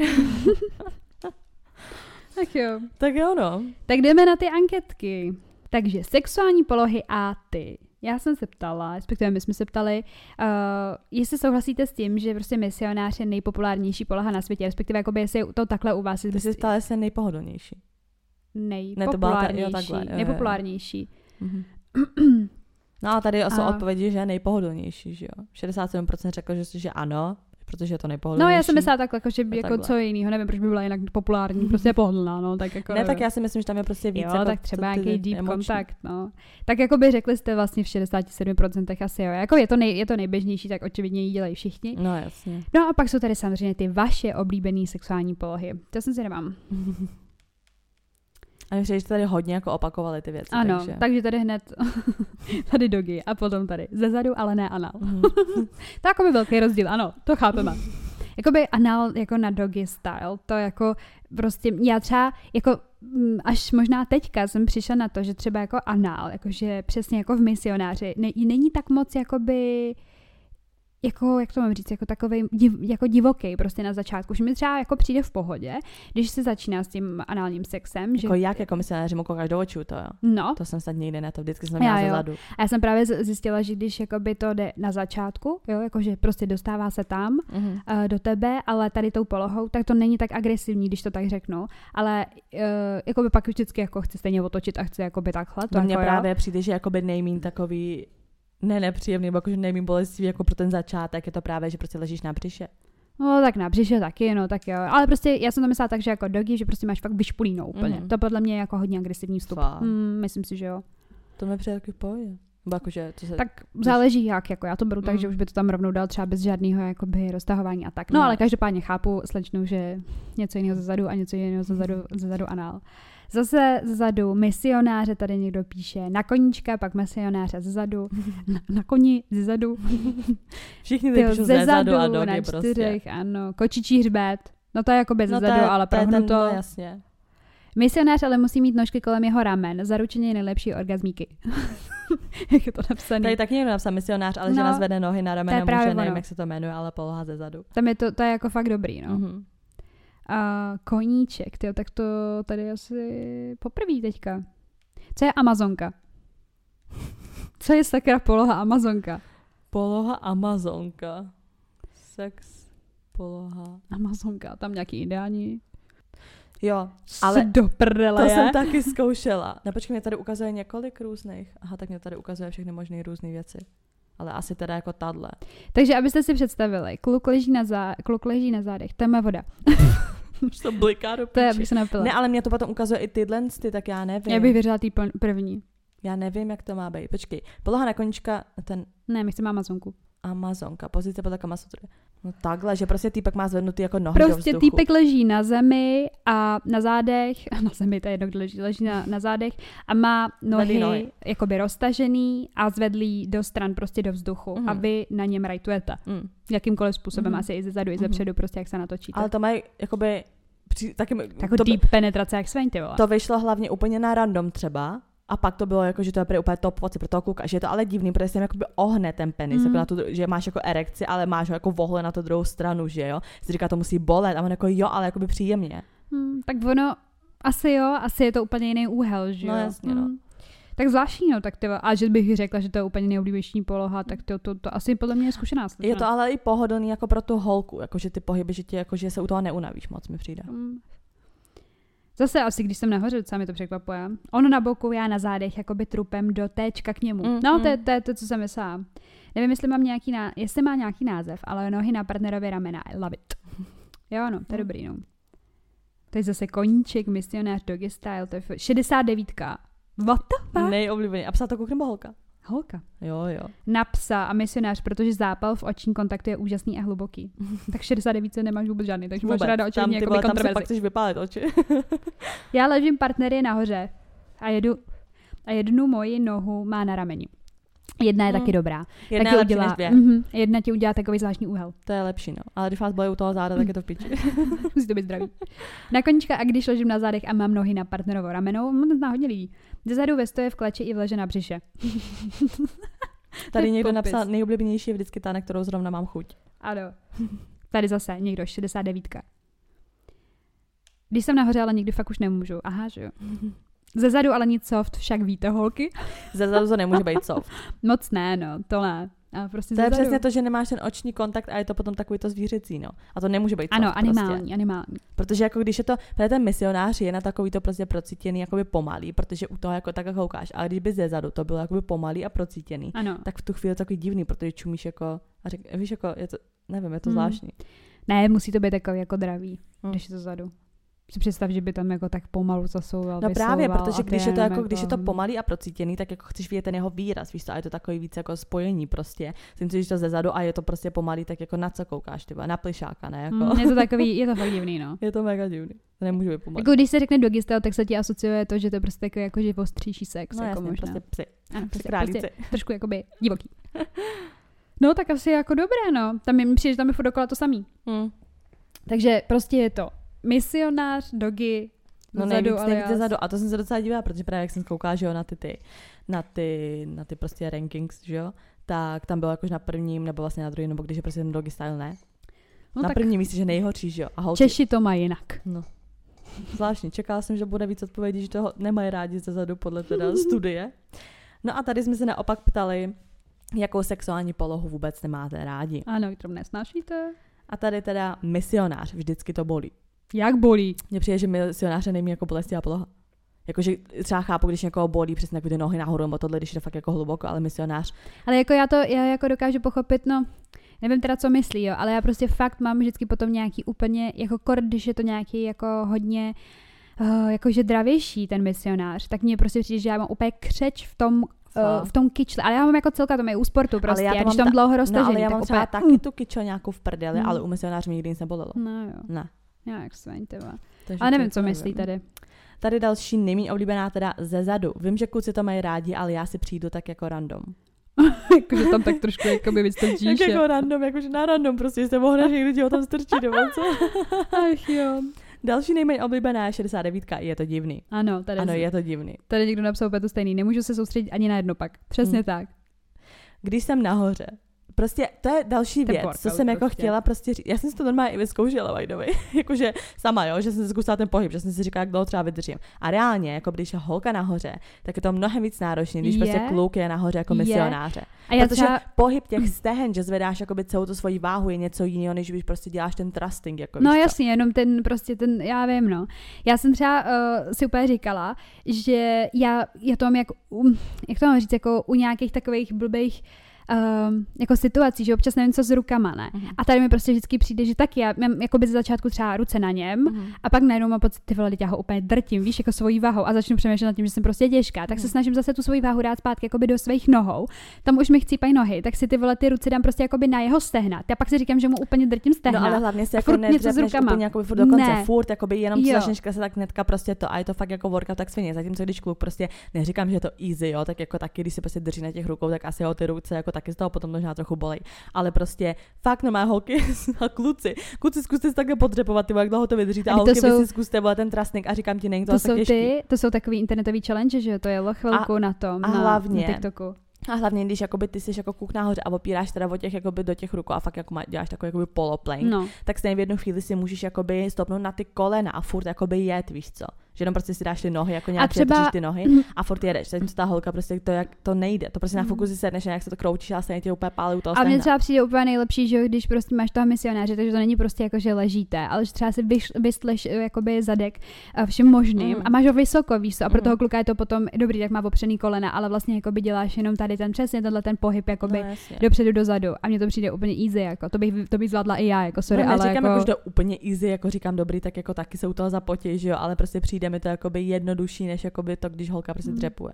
Speaker 1: Tak jo,
Speaker 2: no.
Speaker 1: Tak jdeme na ty anketky. Takže sexuální polohy a ty. Já jsem se ptala, respektive my jsme se ptali, jestli souhlasíte s tím, že prostě misionář je nejpopulárnější poloha na světě, respektive jakoby jestli to takhle u vás.
Speaker 2: Ty jsi ptala, jestli je nejpohodlnější.
Speaker 1: Nejpopulárnější. Nejpopulárnější.
Speaker 2: No a tady jsou odpovědi, že je nejpohodlnější, že jo. 67% řekl, že ano, protože je to nejpohodlnější.
Speaker 1: No já jsem myslela takhle, že jako co jinýho, nevím, proč by byla jinak populární, prostě je pohodlná, no, tak jako.
Speaker 2: Ne, tak já si myslím, že tam je prostě víc.
Speaker 1: Jo,
Speaker 2: jako
Speaker 1: tak třeba nějaký deep kontakt, no. Tak jako by řekli jste vlastně v 67% asi jo. Jako je to nejběžnější, tak očividně ji dělají všichni.
Speaker 2: No jasně.
Speaker 1: No a pak jsou tady samozřejmě ty vaše oblíbené sexuální polohy. To jsem si nemám.
Speaker 2: A mi přijde, že tady hodně jako opakovali ty věci.
Speaker 1: Ano, takže tady hned tady doggy a potom tady zezadu, ale ne anal. To jako by velký rozdíl, ano, to chápeme. Jakoby anal jako na doggy style, to jako prostě, já třeba jako až možná teďka jsem přišla na to, že třeba jako anal, jakože přesně jako v misionáři, není tak moc jakoby jako, jak to mám říct, jako takovej jako divoký prostě na začátku, že mi třeba jako přijde v pohodě, když se začíná s tím análním sexem.
Speaker 2: Jako
Speaker 1: že...
Speaker 2: jak jako misionáři mu koukáš do očů, to jo?
Speaker 1: No.
Speaker 2: To jsem snad nikdy ne, to vždycky jsem měla zezadu.
Speaker 1: A já jsem právě zjistila, že když jakoby to jde na začátku, jo, jakože prostě dostává se tam do tebe, ale tady tou polohou, tak to není tak agresivní, když to tak řeknu, ale jakoby pak vždycky jako chci stejně otočit a chci jakoby takhle.
Speaker 2: To mně právě přijde, že jakoby nejmín takový nepříjemný, jakože nejmín bolestivý jako pro ten začátek, je to právě, že prostě ležíš na břiše.
Speaker 1: No tak na břiše taky, no tak jo. Ale prostě já jsem to myslela tak, že jako doggy, že prostě máš fakt vyšpulínou úplně. To podle mě je jako hodně agresivní vstup. Myslím si, že jo.
Speaker 2: To mi přijde taky v pohodě. Jakože,
Speaker 1: tak záleží jak, jako já to beru tak, že už by to tam rovnou dal třeba bez žádného jakoby roztahování a tak. No ale každopádně chápu slečnu, že něco jiného zezadu a něco jiného zezadu anál. Zase zezadu misionáře tady někdo píše, na koníčka, pak misionáře zezadu, na koni zezadu.
Speaker 2: Všichni tady píšou zezadu a dogy
Speaker 1: na čtyřech,
Speaker 2: prostě.
Speaker 1: Ano, kočičí hřbet, no to je jako bez zezadu, ale prohnuto.
Speaker 2: No jasně.
Speaker 1: Misionář ale musí mít nožky kolem jeho ramen, zaručeně nejlepší orgasmíky. Jak je to napsané?
Speaker 2: Tady taky někdo napsal misionář, ale žena zvedne nohy na ramena, může, nevím, jak se to jmenuje, ale poloha zezadu.
Speaker 1: Tam je to je jako fakt dobrý, no. A koníček, tyjo, tak to tady asi poprvé teďka. Co je Amazonka? Co je sakra poloha Amazonka?
Speaker 2: Poloha Amazonka. Sex, poloha.
Speaker 1: Amazonka, tam nějaký ideální.
Speaker 2: Jo, ale
Speaker 1: do prdele,
Speaker 2: to jsem taky zkoušela. No počkej, mě tady ukazuje několik různých. Aha, tak mě tady ukazuje všechny možné různé věci. Ale asi teda jako tadle.
Speaker 1: Takže abyste si představili, kluk leží na zádech, tam je voda.
Speaker 2: Už to bliká do píči.
Speaker 1: To je, abych se napila.
Speaker 2: Ne, ale mě to potom ukazuje i tyhle, tak já nevím.
Speaker 1: Já bych věřila tý první.
Speaker 2: Já nevím, jak to má být. Počkej, poloha na koníčka,
Speaker 1: Ne, my chceme Amazonku.
Speaker 2: Amazonka, pozice podle Kamasutry. No takhle, že prostě týpek má zvednutý jako nohy do
Speaker 1: Prostě
Speaker 2: vzduchu.
Speaker 1: týpek leží na zemi a na zádech, na zemi, to je jedno, kde leží na zádech a má nohy jakoby roztažený a zvedlý do stran prostě do vzduchu a vy na něm rajtujete. Jakýmkoliv způsobem, asi i ze zadu, i ze předu, prostě jak se natočíte.
Speaker 2: Ale to mají jakoby...
Speaker 1: Jako deep penetrace, jak sveň, ty vole.
Speaker 2: To vyšlo hlavně úplně na random třeba. A pak to bylo jako, že to je prý úplně top poci pro toho kluka, že je to ale divný, protože se jim jakoby ohne ten penis, jako na tu, že máš jako erekci, ale máš ho jako vohle na tu druhou stranu, že jo. Si říká, to musí bolet a on jako jo, ale jakoby příjemně.
Speaker 1: Tak ono, asi je to úplně jiný úhel, že jo.
Speaker 2: No jasně, no.
Speaker 1: Tak zvláštní, no, tak a že bych řekla, že to je úplně nejoblíbenější poloha, tak to asi podle mě je zkušená.
Speaker 2: Je to ale i pohodlný jako pro tu holku, jako že ty pohyby, že tě, jako, že se u toho neunavíš moc, mi přijde.
Speaker 1: Zase asi, když jsem nahoře, docela mi to překvapuje. On na boku, já na zádech, jakoby trupem do téčka k němu. To je to, co jsem myslela. Nevím, jestli jestli má nějaký název, ale nohy na partnerově ramena. I love it. Jo, no, to je dobrý, no. To je zase koníček, misionář, doggy style, to je 69. What the fuck?
Speaker 2: Nejoblíbený. A psa to kouk nebo holka?
Speaker 1: Holka.
Speaker 2: Jo.
Speaker 1: Na psa a misionář, protože zápal v očním kontaktu je úžasný a hluboký. Tak 69 nemáš vůbec žádný, takže máš ráda oči jako kontroverzi.
Speaker 2: Tam se pak chceš vypálit oči.
Speaker 1: Já ležím, partner je nahoře a jednu moji nohu má na rameni. Jedna je taky dobrá.
Speaker 2: Jedna
Speaker 1: taky
Speaker 2: je lepší než dvě.
Speaker 1: Jedna ti udělá takový zvláštní úhel.
Speaker 2: To je lepší, no. Ale když vás bolí u toho záda, tak je to v piči.
Speaker 1: Musí to být zdravý. Na koníčka a když ležím na zádech a mám nohy na partnerovou ramenou, to zná hodně lidí. Zezadu ve stoje v kleči i v leže na břiše.
Speaker 2: Tady někdo napsal, nejoblíbenější je vždycky ta, na kterou zrovna mám chuť.
Speaker 1: Ano. Tady zase někdo, 69. Když jsem nahoře, ale nikdy fakt už nemůžu. Aha, že jo. Zezadu ale nic soft, však víte, holky.
Speaker 2: Zezadu to nemůže být soft.
Speaker 1: Moc ne, no, to ne. A prostě
Speaker 2: to je přesně to, že nemáš ten oční kontakt a je to potom takový to zvířecí, no. A to nemůže být soft.
Speaker 1: Ano, animální.
Speaker 2: Protože jako když je to, ten misionář je na takový to prostě procítěný, jakoby pomalý, protože u toho jako tak koukáš. Ale když by zezadu to bylo jakoby pomalý a procítěný, tak v tu chvíli je to takový divný, protože čumíš jako, a víš, jako je to, nevím, je to zvláštní.
Speaker 1: Ne, musí to být takový jako dravý, když je to zadu. Si představ, že by tam jako tak pomalu zasouval,
Speaker 2: no právě, protože když je to jako, když je to pomalý a procítěný, tak jako chceš vidět ten jeho výraz, víš co, a je to takový víc jako spojení prostě. Tím, když to zezadu a je to prostě pomalý, tak jako na co koukáš, tyba, na plišáka, ne? Jako.
Speaker 1: Je to takový, je to fakt divný, no.
Speaker 2: Je to mega divný. To nemůže být pomalý.
Speaker 1: Jako když se řekne doggy style, tak se ti asociuje to, že to je prostě takový jako živostřejší sex,
Speaker 2: no,
Speaker 1: jako
Speaker 2: jasně,
Speaker 1: možná.
Speaker 2: Prostě psy.
Speaker 1: Ano, prostě trošku jakoby divoký. No tak asi jako dobré, no. Tam mi přijde, že tam je furt dokola to samý. Takže prostě je to misionář, doggy,
Speaker 2: no nejvíc zadu. A to jsem se docela divila, protože právě jak jsem koukala, že jo, na ty prostě rankings, že jo, tak tam bylo jakož na prvním, nebo vlastně na druhém, nebo když je prostě ten doggy style, ne? No na prvním místě, že nejhorší, že jo. A holky...
Speaker 1: Češi to mají jinak.
Speaker 2: No. Zvláštní. Čekala jsem, že bude víc odpovědí, že toho nemají rádi zezadu podle teda studie. No a tady jsme se naopak ptali, jakou sexuální polohu vůbec nemáte rádi.
Speaker 1: Ano, kterou nesnášíte.
Speaker 2: A tady teda misionář, vždycky to bolí.
Speaker 1: Jak bolí?
Speaker 2: Mně přijde, že misionáře nejmí jako bolestivá poloha. Jakože třeba chápu, když někoho bolí přesně jako ty nohy nahoru, nebo tohle, když je to fakt jako hluboko, ale misionář.
Speaker 1: Ale jako já jako dokážu pochopit, no, nevím teda, co myslí, jo, ale já prostě fakt mám vždycky potom nějaký úplně, jako kor, když je to nějaký jako hodně, jakože dravější ten misionář, tak mně prostě přijde, že já mám úplně křeč v tom kyčli, ale já mám jako celka, to je u sportu prostě, ale když tam dlouho roztažený.
Speaker 2: No, ale já mám třeba taky tu kyčo nějakou v prdeli, ale u misionářů nikdy nic nebolelo.
Speaker 1: No jo.
Speaker 2: Ne.
Speaker 1: Já jak svaň, teba. Ale nevím, co myslí tady.
Speaker 2: Tady další nejméně oblíbená teda zezadu. Vím, že kluci to mají rádi, ale já si přijdu tak jako random.
Speaker 1: Jakože tam tak trošku jakoby vystrčíš.
Speaker 2: Tak jako random, jakože na random, prostě se mohne někdo ti ho tam strčí, nebo co?
Speaker 1: Ach jo.
Speaker 2: Další nejméně oblíbená je 69, je to divný.
Speaker 1: Ano,
Speaker 2: je to divný.
Speaker 1: Tady někdo napsal úplně to stejný. Nemůžu se soustředit ani na jedno pak. Přesně tak.
Speaker 2: Když jsem nahoře, prostě to je další věc, co jsem jako chtěla prostě říct. Já jsem si to normálně i vyzkoušela, vajdovi. Jakože sama, jo, že jsem si zkusila ten pohyb, že jsem si říkala, jak dlouho třeba vydržím. A reálně, jako když je holka nahoře, tak je to mnohem víc náročný, když prostě kluk je nahoře jako misionáře.
Speaker 1: A
Speaker 2: protože pohyb těch stehen, že zvedáš jakoby celou tu svoji váhu, je něco jiného, než když prostě děláš ten thrusting. Jako
Speaker 1: no jasně, jenom ten, já vím, no. Já jsem třeba si úplně říkala, že já to mám jak to mám říct, jako u nějakých takových blbých jako situací, že občas nevím, co s rukama, ne? A tady mi prostě vždycky přijde, že taky já mám jakoby ze začátku třeba ruce na něm a pak najednou mám pocit, ty vole, já ho úplně drtím, víš, jako svojí váhou a začnu přemýšlet nad tím, že jsem prostě těžká, tak se snažím zase tu svoji váhu dát zpátky jakoby do svých nohou. Tam už mi chcípají nohy, tak si ty vole ty ruce dám prostě jakoby na jeho stehna. Já pak si říkám, že mu úplně drtím stehna.
Speaker 2: No ale hlavně si jako nedřepneš úplně jakoby furt dokonce, furt jakoby jenom začneš kresat tak hnedka prostě to a je to fakt jako workout tak svině. Zatímco když kluk prostě neříkám, že je to easy, jo, tak jako taky když si prostě drží na těch rukou, tak asi ty ruce jako taky z toho potom možná trochu bolej. Ale prostě fakt no má holky a kluci zkuste si takhle podřepovat, jak dlouho to vydržíte a holky vy si zkuste volat ten trasnik a říkám ti, není to tak těžký.
Speaker 1: To jsou takový internetový challenge, že jo, to jelo chvilku na tom, na TikToku.
Speaker 2: A hlavně, když jakoby ty jsi jako kuk nahoře a opíráš teda od těch jakoby do těch rukou a fakt jako děláš takový jakoby poloplank, tak stejně v jednu chvíli si můžeš jakoby stopnout na ty kolena a furt jakoby jet, víš co? Že jenom prostě si dáš ty nohy, jako nějak držíš ty nohy a furt jedeš. Zatímco ta holka prostě to nejde. To prostě na fokusi sedneš a jak se to kroutíš a stejně tě úplně pálí u toho stehna.
Speaker 1: A mně třeba přijde úplně nejlepší, že když prostě máš toho misionáře, takže to není prostě jako, že ležíte, ale že třeba si vystleš jakoby zadek všem možným a máš ho vysoko, víš co? A pro toho kluka je to potom dobrý, tak má opřený kolena, ale vlastně jakoby děláš jenom tady ten přesně tenhle ten pohyb jakoby dopředu dozadu. A mně to přijde úplně easy, jako to bych zvládla i já, jako sorry,
Speaker 2: ale
Speaker 1: neříkám,
Speaker 2: jako že to úplně easy, jako říkám dobrý, tak jako taky se u toho zapotí, že jo, ale prostě přijde mi to jakoby jednodušší, než jakoby to, když holka prostě dřepuje.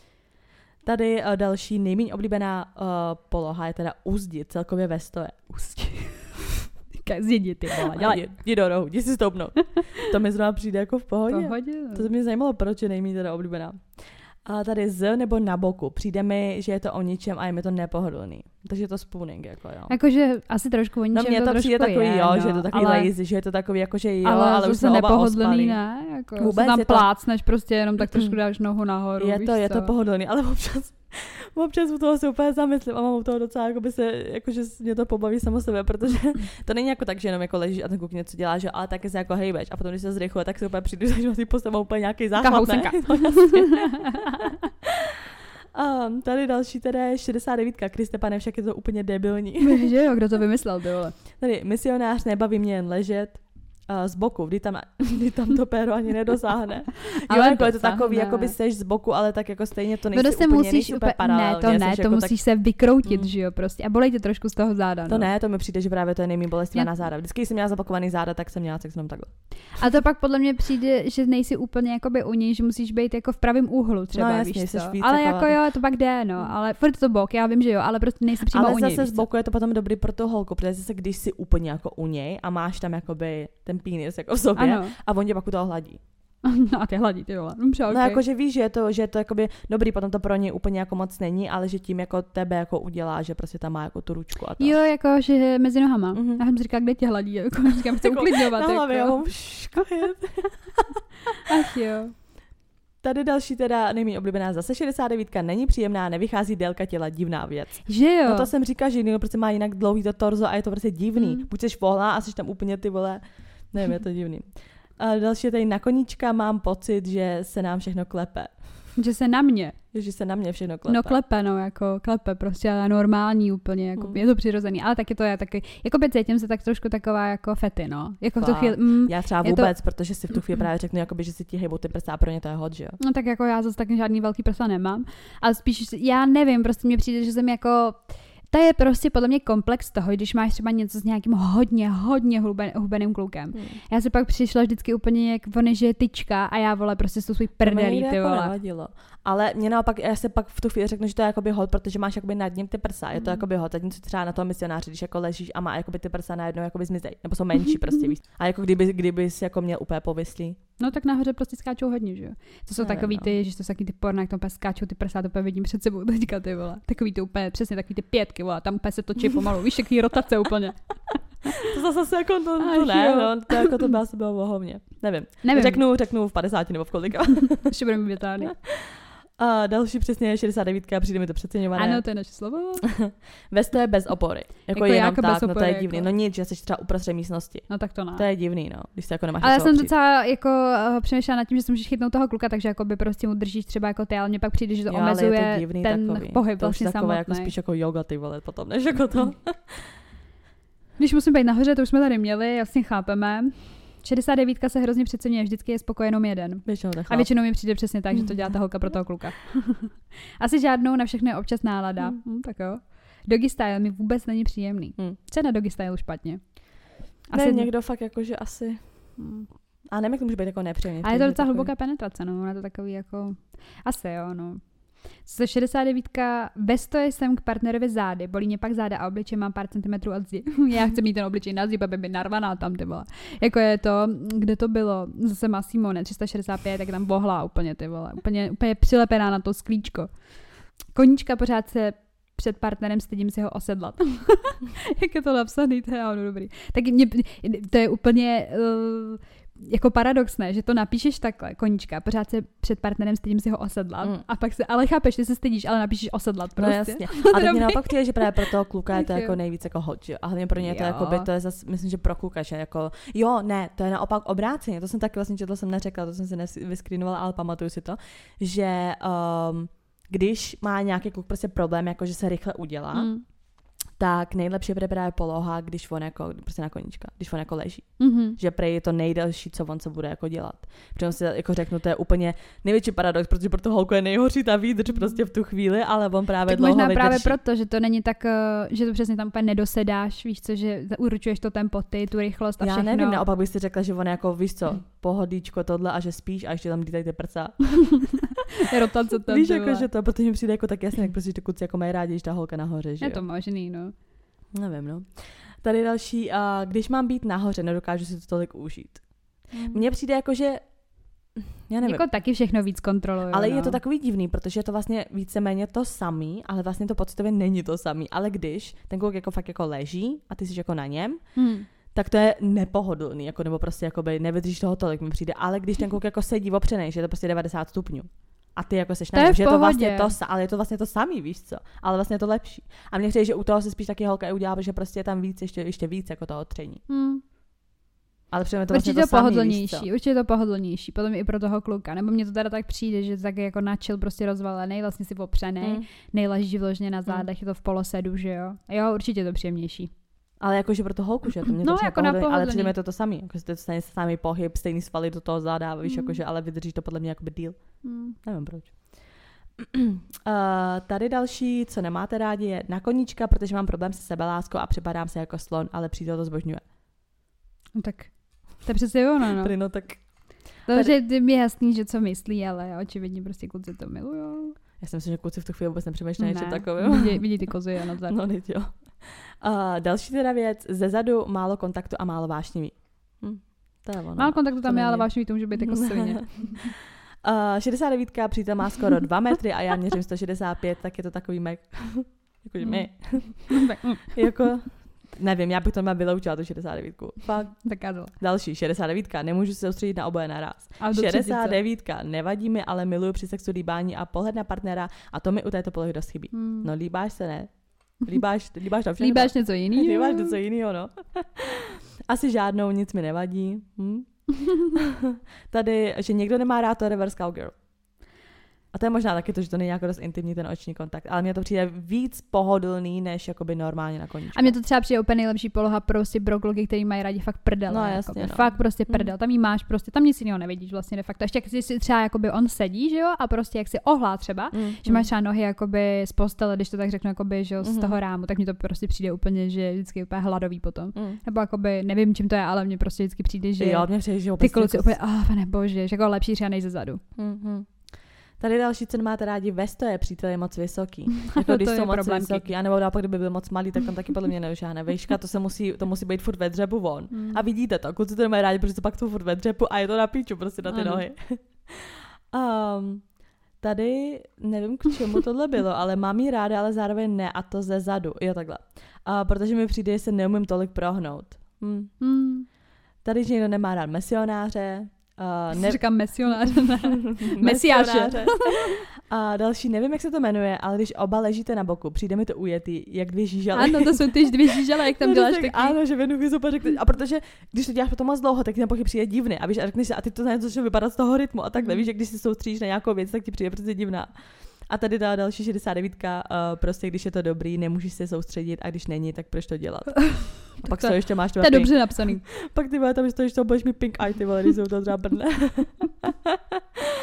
Speaker 2: Tady další nejméně oblíbená poloha je teda uzdit, celkově ve stoje.
Speaker 1: Uzdit. Zjedit, ty vole, dělej.
Speaker 2: Jdi do rohu, jdi si stoupnout. To mi zrovna přijde jako v pohodě. To se mě zajímalo, proč je nejméně teda oblíbená. A tady z nebo na boku. Přijde mi, že je to o ničem a je mi to nepohodlný. Takže je to spooning, jako jo.
Speaker 1: Jakože asi trošku o ničem.
Speaker 2: No mně to přijde takový,
Speaker 1: je,
Speaker 2: jo, že je to takový lazy, že je to takový, jakože jo, ale už se
Speaker 1: oba ospalí. Ne? Jako, vůbec tam plácneš, prostě jenom tak trošku dáš nohu nahoru.
Speaker 2: Je to pohodlný, ale občas u toho se úplně zamyslím a mám u toho docela, jakože mě to pobaví samo sebe, protože to není jako tak, že jenom jako ležíš a ten kluk něco dělá, že ale taky se jako hejbeš a potom, když se zrychluje, tak se úplně přijdeš, že ty postavou úplně nějaký záchvat, ne? Tady další teda je 69. Kriste pane, však je to úplně debilní.
Speaker 1: Že jo, kdo to vymyslel, ty vole.
Speaker 2: Tady misionář, nebaví mě jen ležet. Z boku, kdy tam to péro ani nedosáhne. Ale jo, jako je to takový, jako by seš z boku, ale tak jako stejně to nejsi úplně, nejsi úplně paralelně.
Speaker 1: Ne, to
Speaker 2: jako
Speaker 1: musíš se vykroutit, že jo, prostě. A bolej tě trošku z toho záda. No.
Speaker 2: To ne, to mi přijde, že právě to je nejméně bolestivá na záda. Vždycky, když jsem měla zablokovaný záda, tak jsem měla sex jenom takhle.
Speaker 1: A to pak podle mě přijde, že nejsi úplně jakoby u něj, že musíš být jako v pravém úhlu třeba,
Speaker 2: no, jasně,
Speaker 1: víš co.
Speaker 2: Víc
Speaker 1: ale
Speaker 2: jako
Speaker 1: jo, to pak jde, no, ale furt to bok, já vím, že jo, ale prostě nejsi přímo u něj.
Speaker 2: Ale zase z boku je to potom dobrý pro tu holku, protože zase když si úplně jako u něj a máš tam jakoby ten penis jako v sobě, ano. A on tě pak u toho hladí.
Speaker 1: No a ty hladí, ty vole. Dobře,
Speaker 2: no jako, že víš, že je to jakoby dobrý, potom to pro něj úplně jako moc není, ale že tím jako tebe jako udělá, že prostě tam má jako tu ručku a to.
Speaker 1: Jo, jako, že mezi nohama. Já jsem si říkala, kde tě hladí, jako, říkám, chci uklidňovat.
Speaker 2: Na hlavě,
Speaker 1: jako. Ach jo.
Speaker 2: Tady další teda nejméně oblíbená zase 69, není příjemná, nevychází délka těla, divná věc.
Speaker 1: Že jo?
Speaker 2: No to jsem říkala, že někdo prostě má jinak dlouhý to torzo a je to prostě divný. Buď seš vohlá a jsi tam úplně ty vole, nevím, je to divný. A další je tady na koníčka, mám pocit, že se nám všechno klepe.
Speaker 1: Že se na mě.
Speaker 2: Že se na mě všechno klepe.
Speaker 1: No klepe, no, jako klepe, prostě ale normální úplně, jako je to přirozený, ale taky to je taky, jako by cítím se tak trošku taková jako fety, no. Jako v tu chvíli,
Speaker 2: já třeba vůbec, protože si v tu chvíli právě řeknu, jakoby, že si ti hejbou ty prsa a pro ně to je hot, že jo.
Speaker 1: No tak jako já zase taky žádný velký prsa nemám, ale spíš, já nevím, prostě mně přijde, že jsem jako to je prostě podle mě komplex toho, když máš třeba něco s nějakým hodně hubeným klukem. Já se pak přišla vždycky úplně jak on, že je tyčka a já vole prostě s tou svůj prdelí, ty vole.
Speaker 2: Nevadilo. Ale mě naopak, já se pak v tu chvíli řeknu, že to je jakoby hot, protože máš jakoby nad ním ty prsa, je to jakoby hot, zatímco třeba na tom misionáři, když jako ležíš a má jakoby ty prsa najednou jakoby zmizej, nebo jsou menší prostě, víš. A jako kdyby jsi jako měl úplně povislý.
Speaker 1: No tak nahoře prostě skáčou hodně, že jo. To jsou takový ty, že to jsou taky ty porna, jak tam úplně skáčou ty prsa, to úplně vidím před sebou teďka, ty vole. Takový ty úplně, přesně takový ty pětky, vole, tam úplně se točí pomalu, víš, jaký rotace úplně.
Speaker 2: To zase jako to ne, no, to jako to bylo vohovně. Nevím. Řeknu v 50 nebo v kolika.
Speaker 1: Ještě budeme větány.
Speaker 2: A další přesně je 69 a přijde mi to přeceňované.
Speaker 1: Ano, to je naše slovo.
Speaker 2: Vesto je bez opory. Jako jenom tak, no to je divný. Jako... No nic, že jsi třeba uprostřed místnosti.
Speaker 1: No tak to ne.
Speaker 2: To je divný, no, když se jako nemáš.
Speaker 1: Ale já jsem docela jako přemýšlela nad tím, že si můžeš chytnout toho kluka, takže jako by prostě mu držíš třeba jako ty, ale mě pak přijde, že to omezuje to divný, ten takový. Pohyb vlastně samotný.
Speaker 2: Jako spíš jako yoga ty vole potom, než jako to.
Speaker 1: Když musím být nahoře, to už jsme tady měli, jasně chápeme. 69 se hrozně přeceňuje, vždycky je spokojenom jeden. A většinou mi přijde přesně tak, že to dělá ta holka pro toho kluka. Asi žádnou, na všechno je občas nálada. Tak jo. Doggy style mi vůbec není příjemný. Co je na doggy style špatně?
Speaker 2: Asi někdo fakt jakože asi... A nevím, jak to může být jako nepříjemný.
Speaker 1: A je to docela hluboká penetrace, no. Je to takový jako... Asi jo, no. 169. Ve stoje jsem k partnerovi zády, bolí mě pak záda a obličej mám pár centimetrů od zdi. Já chci mít ten obličej na zdi, aby by narvaná tam, ty vole. Jako je to, kde to bylo, zase má Simone 365, tak tam bohlá úplně, ty vole. Úplně přilepená na to sklíčko. Koníčka pořád se před partnerem stydím si ho osedlat. Jak je to napsaný, to je dobrý. Tak to je úplně... jako paradoxné, že to napíšeš takhle, koníčka, pořád se před partnerem stydím si ho osedlat a pak se, ale chápeš, ty se stydíš, ale napíšeš osedlat prostě.
Speaker 2: No jasně. A teď mě naopak přijde, že právě pro toho kluka je to jako nejvíc jako hot, že? A hlavně pro ně je to jako by, to je zase, myslím, že pro kluka, že jako, jo, ne, to je naopak obráceně, to jsem taky vlastně četla, jsem neřekla, to jsem si vyscreenovala, ale pamatuju si to, že když má nějaký kluk prostě problém, jako že se rychle udělá, tak nejlepší je právě poloha, když on jako, prostě na koníčka, když on jako leží. Že prej je to nejdelší, co on se bude jako dělat. Přitom si jako řeknu, to je úplně největší paradox, protože pro tu holku je nejhorší ta výdrž prostě v tu chvíli, ale on právě tak dlouho
Speaker 1: možná
Speaker 2: vydrží.
Speaker 1: Právě proto, že to není tak, že to přesně tam úplně nedosedáš, víš co, že určuješ to tempo, ty, tu rychlost a všechno.
Speaker 2: Já nevím, naopak bych si řekla, že on jako, víš co, pohodlíčko tohle a že spíš a ještě tam lítají ty prsa.
Speaker 1: Rotace tam.
Speaker 2: Víš, jako, že to, protože mi přijde jako tak jasně, jak prostě ty kluci jako mají rádi, že ta holka nahoře, že
Speaker 1: je to možný, no.
Speaker 2: Nevím, no. Tady další, když mám být nahoře, nedokážu si to tolik užít. Mně přijde jako, že já nevím.
Speaker 1: Jako taky všechno víc kontroluju.
Speaker 2: Ale je to takový divný, protože je to vlastně víceméně to samý, ale vlastně to pocitově není to samý. Ale když ten kluk jako fakt jako leží a ty jsi jako na něm, tak to je nepohodlný, jako nebo prostě jakoby nevydržíš toho tolik, mi přijde. Ale když ten kluk jako sedí opřenej, že je to prostě 90 stupňů. A ty jako seš na něm, že je to vlastně to, ale je to vlastně to samý, víš co? Ale vlastně je to lepší. A mně přijde, že u toho se spíš taky holka udělá, protože prostě je tam víc, ještě víc jako toho tření. Ale přijde to vlastně to
Speaker 1: pohodlnější,
Speaker 2: samý,
Speaker 1: určitě to pohodlnější, potom i pro toho kluka. Nebo mně to teda tak přijde, že taky jako načil prostě rozvalený, vlastně si opřenej, nejleží vložně na zádech, je to v polosedu, že jo? Jo, určitě je to příjemnější.
Speaker 2: Ale jakože pro to holku, že to mě
Speaker 1: no,
Speaker 2: to
Speaker 1: jako
Speaker 2: pohodlný, ale přijde mi to samý, jako to stejný samý pohyb, stejný svaly do toho záda, víš, jakože, ale vydrží to podle mě jakoby díl. Nevím proč. Tady další, co nemáte rádi, je na koníčka, protože mám problém se sebeláskou a připadám se jako slon, ale přítel to zbožňuje.
Speaker 1: No tak, to je přece ono, no.
Speaker 2: No tak.
Speaker 1: Takže je jasný, že co myslí, ale očividně prostě kluci to milujou.
Speaker 2: Já si myslím, že kluci v tu chvíli vůbec nepřemýšlejí něco takového.
Speaker 1: Vidí ty kozy, ano. Tak.
Speaker 2: No, teď jo. Další teda věc, ze zadu málo kontaktu a málo vášnivý. To je ono.
Speaker 1: Málo kontaktu tam je, ale vášnivý to může být jako svině.
Speaker 2: 69 přítel má skoro 2 metry a já měřím 165, tak je to takový mek. Jakože my. Jako, nevím, já bych to vyloučila, tu 69. Fakt. Další, 69, nemůžu se soustředit na oboje naraz. 69, nevadí mi, ale miluju při sexu líbání a pohled na partnera a to mi u této polohy dost chybí. No líbáš se, ne? Líbáš na všechno.
Speaker 1: Líbáš něco jiného.
Speaker 2: Líbáš něco jiného, no. Asi žádnou, nic mi nevadí. Tady, že někdo nemá rád to reverse cowgirl. A to je možná taky to, že to není jako dost intimní ten oční kontakt, ale mně to přijde víc pohodlný, než jakoby normálně na koníčku.
Speaker 1: A mně to třeba přijde úplně nejlepší poloha prostě pro kluky, který mají rádi fakt prdel.
Speaker 2: No jasně, no.
Speaker 1: Fakt prostě prdel. Tam jí máš prostě, tam nic jiného nevidíš vlastně de facto. Ještě jak si třeba jakoby on sedí, že jo, a prostě jak si ohlá třeba, že máš třeba nohy jakoby z postele, když to tak řeknu, jakoby, že jo, z toho rámu, tak mi to prostě přijde úplně, že vždycky úplně hladový potom. Nebo jakoby, nevím, čím to je, ale mně prostě vždycky přijde, že
Speaker 2: jo, mě přijde, že
Speaker 1: ty kluci úplně, pane bože, že jako lepší třeba než ze zadu.
Speaker 2: Tady další, co nemáte rádi, vestoje, přítel je moc vysoký. Jako když jsou moc vysoký, anebo naopak, kdyby byl moc malý, tak tam taky podle mě neušáhne. Vejška, to musí být furt ve dřepu von. A vidíte to, kluci to nemají rádi, protože to pak jsou furt ve dřepu a je to na píču prostě na ty nohy. Tady nevím, k čemu tohle bylo, ale mám jí ráda, ale zároveň ne, a to ze zadu. Jo, takhle. Protože mi přijde, že se neumím tolik prohnout. Tady někdo nemá rád misionáře.
Speaker 1: Říkám misionáře, ne. Mesiáše.
Speaker 2: A další, nevím, jak se to jmenuje, ale když oba ležíte na boku, přijde mi to ujetý, jak dvě žížaly.
Speaker 1: Ano, to jsou ty dvě žížaly, jak tam děláš taky.
Speaker 2: Ano, že v jednu chvíli super řekne. A protože, když to děláš potom moc dlouho, tak ti na pochy přijde divný. A víš, a řekneš si, a ty to začne vypadat z toho rytmu. A takhle, víš, že když si soustříš na nějakou věc, tak ti přijde prostě divná. A tady dá další 69, prostě když je to dobrý, nemůžeš se soustředit a když není, tak proč to dělat? A pak to ještě máš
Speaker 1: to je dobře napsaný.
Speaker 2: Pak ty vole, tam stojíš, to budeš mi pink eye, ty vole, když jsou to třeba brne.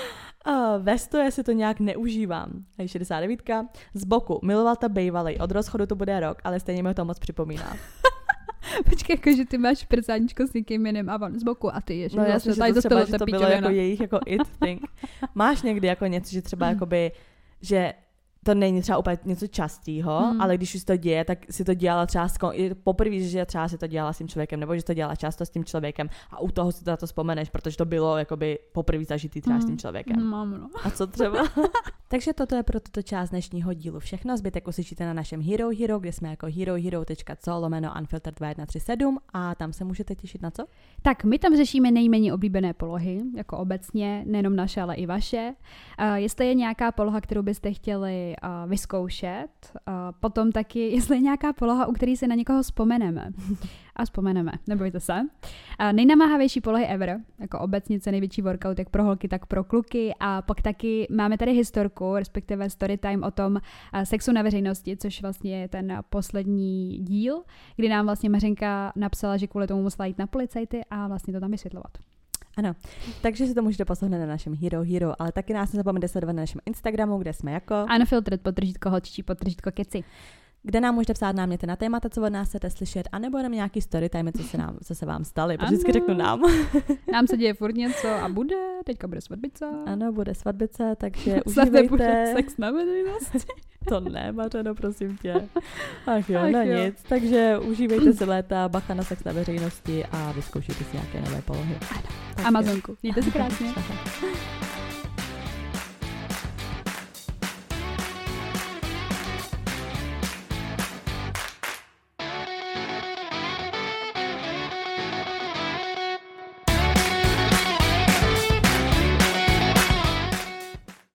Speaker 2: Ve stoje si to nějak neužívám. A 69. Z boku. Miloval ta bejvalej. Od rozchodu to bude rok, ale stejně mi to moc připomíná.
Speaker 1: Počkej, jako, že ty máš prsáníčko s někým jiným a on z boku a ty ješ.
Speaker 2: No jasně, že to třeba, že to bylo jako jejich jako it thing. Máš někdy jako něco, že třeba jakoby, že to není třeba úplně něco častého, ale když už to děje, tak si to dělala třeba poprvé, že třeba si to dělala s tím člověkem, nebo že to dělala často s tím člověkem a u toho si to na to vzpomeneš, protože to bylo jakoby poprvé zažitý třeba s tím člověkem.
Speaker 1: Mám, no.
Speaker 2: A co třeba? Takže toto je pro tuto část dnešního dílu všechno. Zbytek uslyšíte na našem Hero Hero, kde jsme jako herohero.co/unfiltered2137 a tam se můžete těšit na co?
Speaker 1: Tak my tam řešíme nejméně oblíbené polohy, jako obecně, nejenom naše, ale i vaše. Jestli je nějaká poloha, kterou byste chtěli vyzkoušet, potom taky, jestli je nějaká poloha, u které si na někoho vzpomeneme. A vzpomeneme, nebojte se. Nejnamáhavější polohy ever, jako obecně co největší workout, jak pro holky, tak pro kluky. A pak taky máme tady historku, respektive story time o tom sexu na veřejnosti, což vlastně je ten poslední díl, kdy nám vlastně Mařenka napsala, že kvůli tomu musela jít na policajty a vlastně to tam vysvětlovat.
Speaker 2: Ano, takže si to můžete poslechnout na našem Hero Hero, ale taky nás nezapomeňte sledovat na našem Instagramu, kde jsme jako
Speaker 1: unfiltered_holčičí_keci.
Speaker 2: Kde nám můžete psát náměty na témata, co od nás chcete slyšet, anebo jenom nějaký story time, co se vám staly. Protože vždycky řeknu nám.
Speaker 1: Nám se děje furt něco a teďka bude svatbice.
Speaker 2: Ano, bude svatbice, takže užívejte.
Speaker 1: Bude sex na veřejnosti.
Speaker 2: To ne, Mařeno, prosím tě. Ach jo. Nic. Takže užívejte si léta, bacha na sex na veřejnosti a vyzkoušejte si nějaké nové polohy.
Speaker 1: Ano. Amazonku. Mějte se krásně.